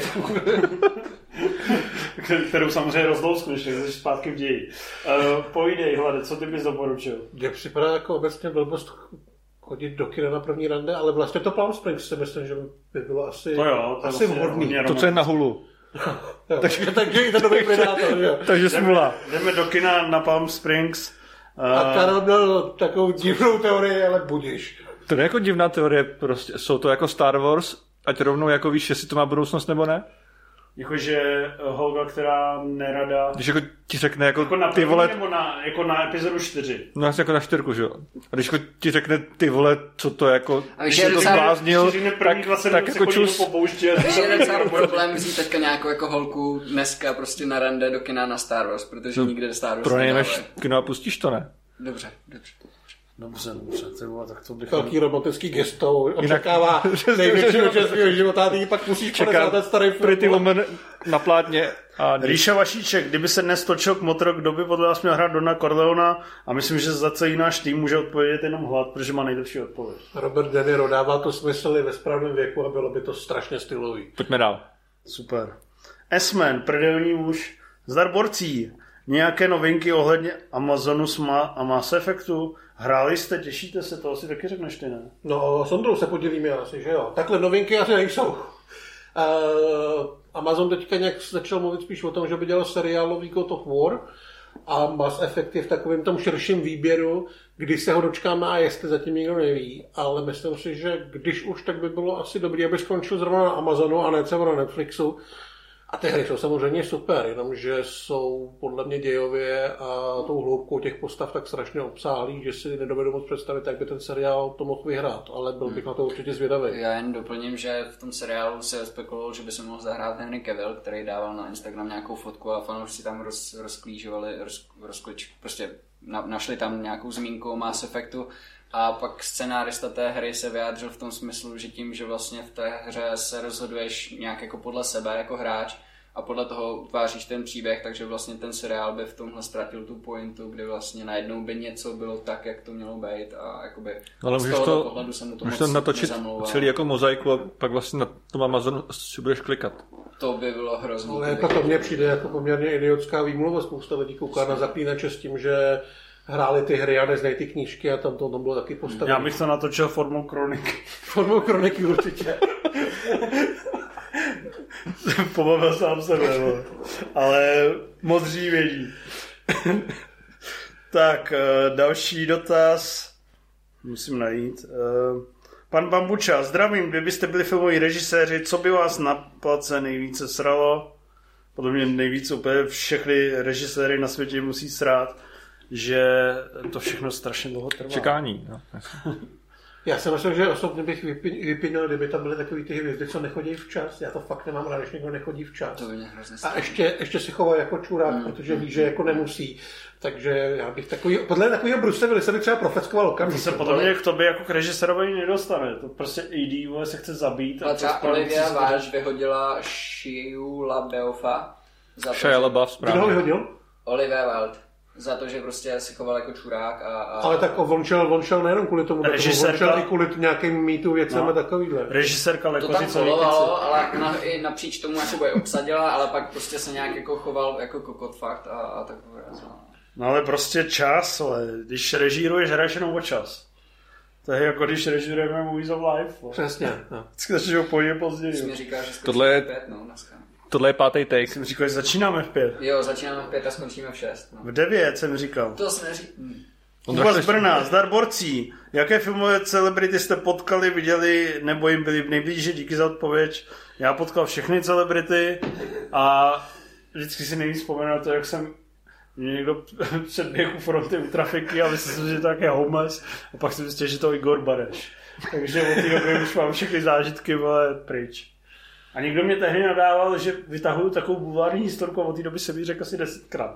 kterou samozřejmě rozlouskneš, takže jsi zpátky v ději. Uh, povídej, Hlade, co ty bys doporučil? Mně připadá jako obecně blbost chodit do kina na první rande, ale vlastně to Palm Springs si myslím, že by bylo asi, to jo, to asi vlastně vhodný. To, co je na Hulu. Jo, takže, takže i ten dobrý predátor. Jo. Takže smula. Jdeme, jdeme do kina na Palm Springs. A Karel měl takovou divnou teorii, ale budiš. To je jako divná teorie, prostě jsou to jako Star Wars, ať rovnou jako víš, jestli to má budoucnost nebo ne? Jakože Holga, která nerada... Když jako ti řekne jako, jako na ty vole... nebo na, jako na epizodu čtyři? No asi jako na čtyřku, že jo. A když jako ti řekne ty vole, co to jako... A víš, když to zbláznil, tak, tak jako čus... Po pouště, víš, je docela problém vzít teďka nějakou jako holku dneska prostě na rande do kina na Star Wars, protože no, nikde Star Wars pronajmeš kino a pustíš to, ne? Dobře, dobře. Dobře, dobře, ty vole, tak to bych... Velký romantický gesto, očekává největšího čas svého života, a ty pak musíš čekat ten starý film. Pretty Woman na plátně. A Ríša Vašíček, kdyby se dnes točil Kmotrok, kdo by podle vás měl hrát Dona Corleona, a myslím, že za celý náš tým může odpovědět jenom Hlad, protože má nejlepší odpověď. Robert De Niro, dává to smysl ve správném věku a bylo by to strašně stylový. Pojďme dál. Super. S-Man, prdelní muž, zdar borcí, nějaké novinky ohledně Amazonu a Mass Effectu. Hráli jste, těšíte se, to asi taky řekneš ty, ne? No, s Ondrou se podělíme asi, že jo. Takhle novinky asi nejsou. Uh, Amazon teďka nějak začal mluvit spíš o tom, že by dělal seriálový God of War a Mass Effect je v takovém tom širším výběru, kdy se ho dočkáme a jestli zatím nikdo neví, ale myslím si, že když už, tak by bylo asi dobré, aby skončil zrovna na Amazonu a ne třeba na Netflixu. A ty hry jsou samozřejmě super, jenomže jsou podle mě dějově a tou hloubkou těch postav tak strašně obsáhlý, že si nedovedu moc představit, jak by ten seriál to mohl vyhrát, ale byl bych hmm. na to určitě zvědavý. Já jen doplním, že v tom seriálu se spekulovalo, že by se mohl zahrát Henry Cavill, který dával na Instagram nějakou fotku a fanoušci tam roz, rozklížovali, roz, rozklič, prostě na, našli tam nějakou zmínku o Mass Effectu. A pak scenárista té hry se vyjádřil v tom smyslu, že tím, že vlastně v té hře se rozhoduješ nějak jako podle sebe jako hráč a podle toho utváříš ten příběh, takže vlastně ten seriál by v tomhle ztratil tu pointu, kdy vlastně najednou by něco bylo tak, jak to mělo být a jakoby ale z tohoto to, pohledu se mu to můžeš moc to natočit nezamlouvalo. Celý jako mozaiku a pak vlastně na tom Amazonu si budeš klikat. To by bylo hrozný. Ale jako to mně přijde jako poměrně idiotská výmluva, spousta lidí kouká na zapínače s tím, že hráli ty hry a neznají ty knížky a tam to tam bylo taky postavené. Já bych to natočil formou kroniky. Formou kroniky určitě. Pobavil sám sebe, no. Ale modří vědí. Tak, další dotaz. Musím najít. Pan Bambuča, zdravím, kdybyste byli filmoví režiséři, co by vás na place nejvíce sralo? Podle mě nejvíce úplně všechny režiséry na světě musí srát, že to všechno strašně dlouho trvá. Čekání. No. Já si myslím, že osobně bych vypínal, kdyby tam byly takový ty hvězdy, co nechodí včas. Já to fakt nemám rád, když někdo nechodí včas. To by mě hrozně a ještě, ještě si chovají jako čurák, mm. protože ví, že jako nemusí. Takže já bych takový, podle takového Bruce Willis bych třeba profeskoval okamžitě. To se podle mě k tobě jako k režisérovi nedostane. To prostě A D se chce zabít. A třeba Olivia Wilde vyhodila Shia LaBeoufa. Shia LaBeouf, správně. Kdo ho vyhodil? Olivia Wilde. Za to, že prostě si choval jako čurák a... a... Ale tak on šel, on šel nejenom kvůli tomu, Režisérka... on šel i kvůli nějakým mýtu věcem no. a takovýhle. Režisérka Lekozice. To tam kolovalo, ale na, i napříč tomu jako je obsadila, ale pak prostě se nějak jako choval jako kokot fakt a, a takové. No ale prostě čas, ale když režíruješ, hraješ jenom o čas. To je jako když režírujeme Movies of Life. No. Přesně. No. Vždycky začneš ho pojít později. Jsi mi říkal, že tohle je... pět, no, dneska. Tohle je pátý take. Jsem říkal, že začínáme v pět. Jo, začínáme v pět a skončíme v šest. No. V devět jsem říkal. To jsem neříkal. Kuba z Brna, zdar borcí. Jaké filmové celebrity jste potkali, viděli, nebo jim byli nejblíže? Díky za odpověď. Já potkal všechny celebrity a vždycky si nejvíc vzpomínal to, jak jsem mě někdo předběh u fronty u trafiky a myslel jsem, že to je homeless a pak jsem zjistil, že to je Igor Bareš. Takže od té doby už mám všechny zážitky, ale pryč. A někdo mě tehdy nadával, že vytahuju takovou bulvární historku a od té doby jsem ji řekl asi desetkrát.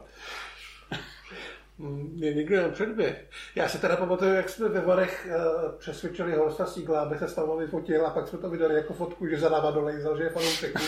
Mě nikdo nepředběh. Já si teda pamatuju, jak jsme ve Varech uh, přesvědčili Horsta Siegla, aby se stavový vyfotil a pak jsme to vydali jako fotku, že za náma dolejzal, že je fanoušek.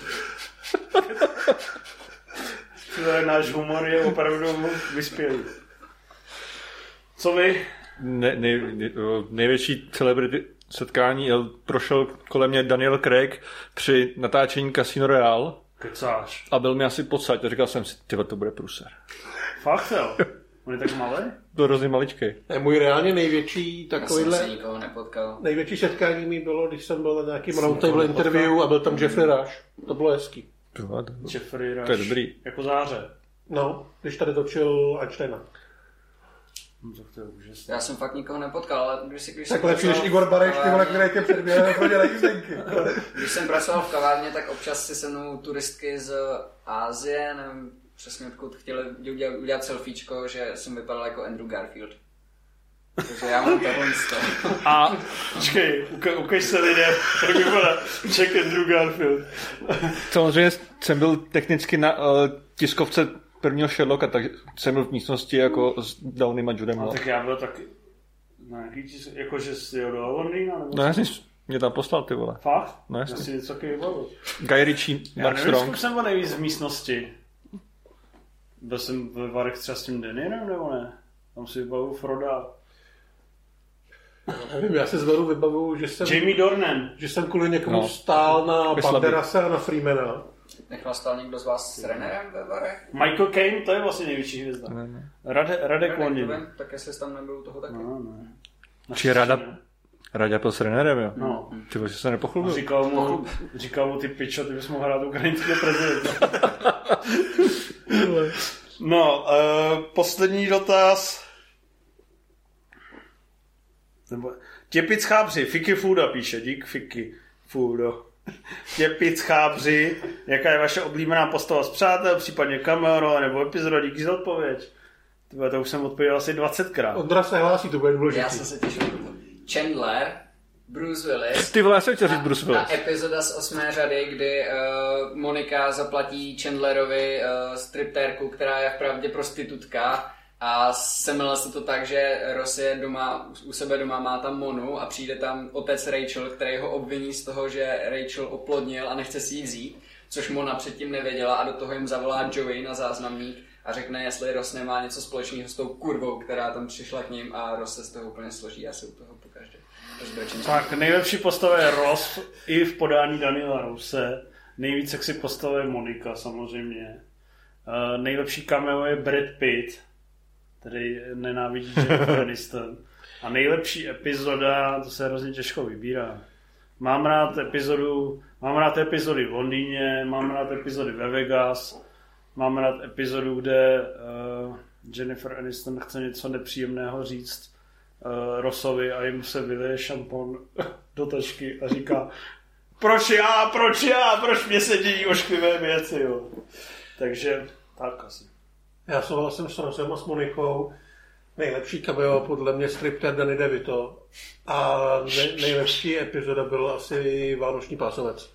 Náš humor je opravdu vyspělý. Co vy? Ne, nej, nej, největší celebrity setkání prošel kolem mě Daniel Craig při natáčení Casino Royale. Kecáš. A byl mi asi podsaď a říkal jsem si, tyhle, to bude průser. Fakt jo? On je tak malý? Byl hrozně maličký. Ne, můj reálně největší takovýhle... Já jsem se nikoho nepotkal. Největší setkání mi bylo, když jsem byl na nějakým roundtable interview a byl tam Jeffrey Rush. To bylo hezký. Jeffrey Rush. To je dobrý. Jako záře. No, když tady točil Einsteina. No, tak to je úžasné. Já jsem fakt nikoho nepotkal, ale když, si, když Tak jsem lepší než pracoval Igor v Bareš, ty vole, kavárně- který tě předběhl na chodě na jízdenky. Když jsem pracoval v kavárně, tak občas si se mnou turistky z Ázie, nevím přesně odkud, chtěli udělat, udělat selfiečko, že jsem vypadal jako Andrew Garfield. Takže já mám tohle z toho. A počkej, uka- ukaž se lidé, jak vypadá Jack Andrew Garfield. Samozřejmě jsem byl technicky na uh, tiskovce prvního Sherlocka, takže jsem byl v místnosti jako s Downeym a Judem. No, tak já byl taky na nějaký tis, jakože jsi jel do Londýna, nebo No jasně, mě tam poslal, ty vole. fakt? No, jasně. Já si něco takový bavil. Guy Ritchie, Já Mark nevím, Strong. zkup jsem byl nejvíc v místnosti. Byl jsem ve Varech třeba s tím Denirem, nebo ne? Tam si vybavuju Froda. Nevím, já si z Varu vybavuju, že jsem, Jamie Dornan. že jsem kvůli někomu No. stál na Je slabý. Banderase a na Freemana. Nechlastal někdo z vás s Rennerem ve Varech? Michael Caine, to je vlastně největší hvězda. Ne, ne. Rade, Radek Radek, Londýn. to vím, tak jestli jsi tam nebyl u toho taky. No, ne. Či Rada, Rada byl s Rennerem, jo? No. Ty že se nepochlubil. Říkal mu, říkal mu ty pičo, ty bys mohl hrát ukrajinského prezidenta. No, uh, poslední dotaz. Nebo, Těpic chábři, Fiky Fooda píše, dík Fiky Foodo. Těpic chábři, jaká je vaše oblíbená postava z Přátel, případně cameo, nebo epizoda, díky za odpověď. Tyhle, to už jsem odpověděl asi dvacetkrát. Ondra se hlásí, to bude důležitý. Já jsem se těšil na to. Chandler, Bruce Willis. Ty vole, já jsem chtěl říct Bruce Willis. A epizoda z osmé řady, kdy uh, Monika zaplatí Chandlerovi uh, striptérku, která je vpravdě prostitutka, a semele se to tak, že Ross je doma, u sebe doma, má tam Monu a přijde tam otec Rachel, který ho obviní z toho, že Rachel oplodnil a nechce si ji vzít, což Mona předtím nevěděla, a do toho jim zavolá Joey na záznamník a řekne, jestli Ross nemá něco společného s tou kurvou, která tam přišla k ním, a Ross se z toho úplně složí, asi u toho pokaždé. Tak nejlepší postava je Ross i v podání Daniela Rose. Nejvíc sexy postava je Monika samozřejmě. Uh, nejlepší cameo je Brad Pitt, který nenávidí Jennifer Aniston. A nejlepší epizoda, to se hrozně těžko vybírá. Mám rád epizodu, mám rád epizody v Londýně, mám rád epizody ve Vegas, mám rád epizodu, kde uh, Jennifer Aniston chce něco nepříjemného říct uh, Rossovi a jim se vyleje šampon do tašky a říká: proč já, proč já, proč mě se dějí ošklivé věci, jo. Takže tak asi. Já souhlasím s Rossem a s Monikou. Nejlepší cameo podle mě stripter Danny DeVito. A ne- nejlepší epizoda byl asi Vánoční pásovec.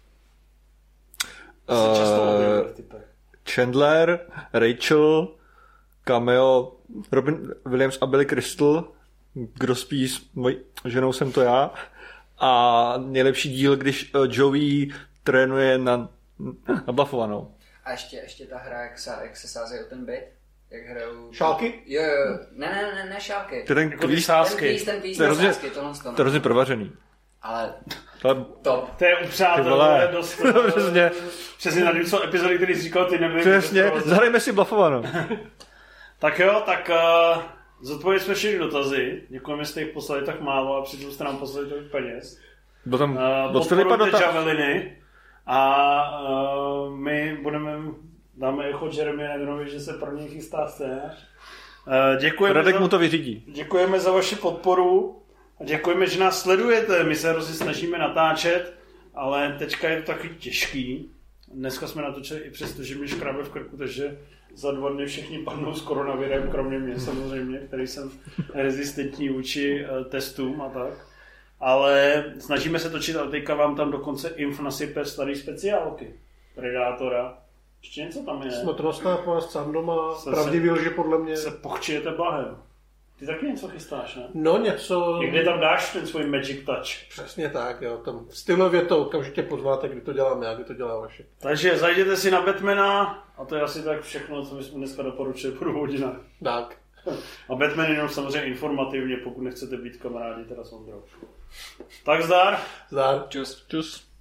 Se často Uh, objevuje v typech. Chandler, Rachel, cameo Robin Williams a Billy Crystal, kdo spí s mojí ženou, jsem to já. A nejlepší díl, když uh, Joey trénuje na, na blafovanou. A ještě, ještě ta hra, jak se, jak se sází o ten byt, jak hrajou... Šálky? Jo, jo, ne, ne, ne, ne šálky. To je ten Jako ty kvíz, Ten sázky. kvíz, ten kvíz To je na hrozně- sázky, tohle to to je hrozně provařený. Ale To top. To je u přátel, Ty vole. dost... Přesně. Přesně na něco epizody, který jsi říkal, ty nevím. Přesně, zahrajme si blafovanou. Tak jo, tak uh, zodpověděli jsme všechny dotazy. Děkujeme, že jste jich poslali tak málo a přitom jste nám poslali tolik peněz. Byl tam Uh, od Filipa podporujte dotaz. Javeliny a uh, my budeme, dáme echo Jeremy Rennerovi, že se pro něj chystá scénář. Uh, děkujeme, Radek za, mu to vyřídí. děkujeme za vaši podporu a děkujeme, že nás sledujete. My se hrozně snažíme natáčet, ale teďka je to takový těžký. Dneska jsme natočili i přesto, že mě škrábe v krku, takže za dva dny všichni padnou s koronavirem, kromě mě samozřejmě, který jsem rezistentní vůči uh, testům a tak. Ale snažíme se točit, ale teďka vám tam dokonce Inf nasype starý speciálky. Predátora. Ještě něco tam je. Smrtnostná past Sandom a Se- pravdivý lži podle mě. Se pochčijete blahem. Ty taky něco chystáš, ne? No něco... Někdy tam dáš ten svůj magic touch. Přesně tak, jo. Tam stylově to okamžitě pozváte, kdy to děláme a kdy to dělá vaše. Takže zajděte si na Batmana a to je asi tak všechno, co my jsme dneska doporučili po dvou hodinách. Tak. A Batman jenom samozřejmě informativně, pokud nechcete být kamarádi teda s Ondrou. Tak zdar. Zdar. Čus. Čus.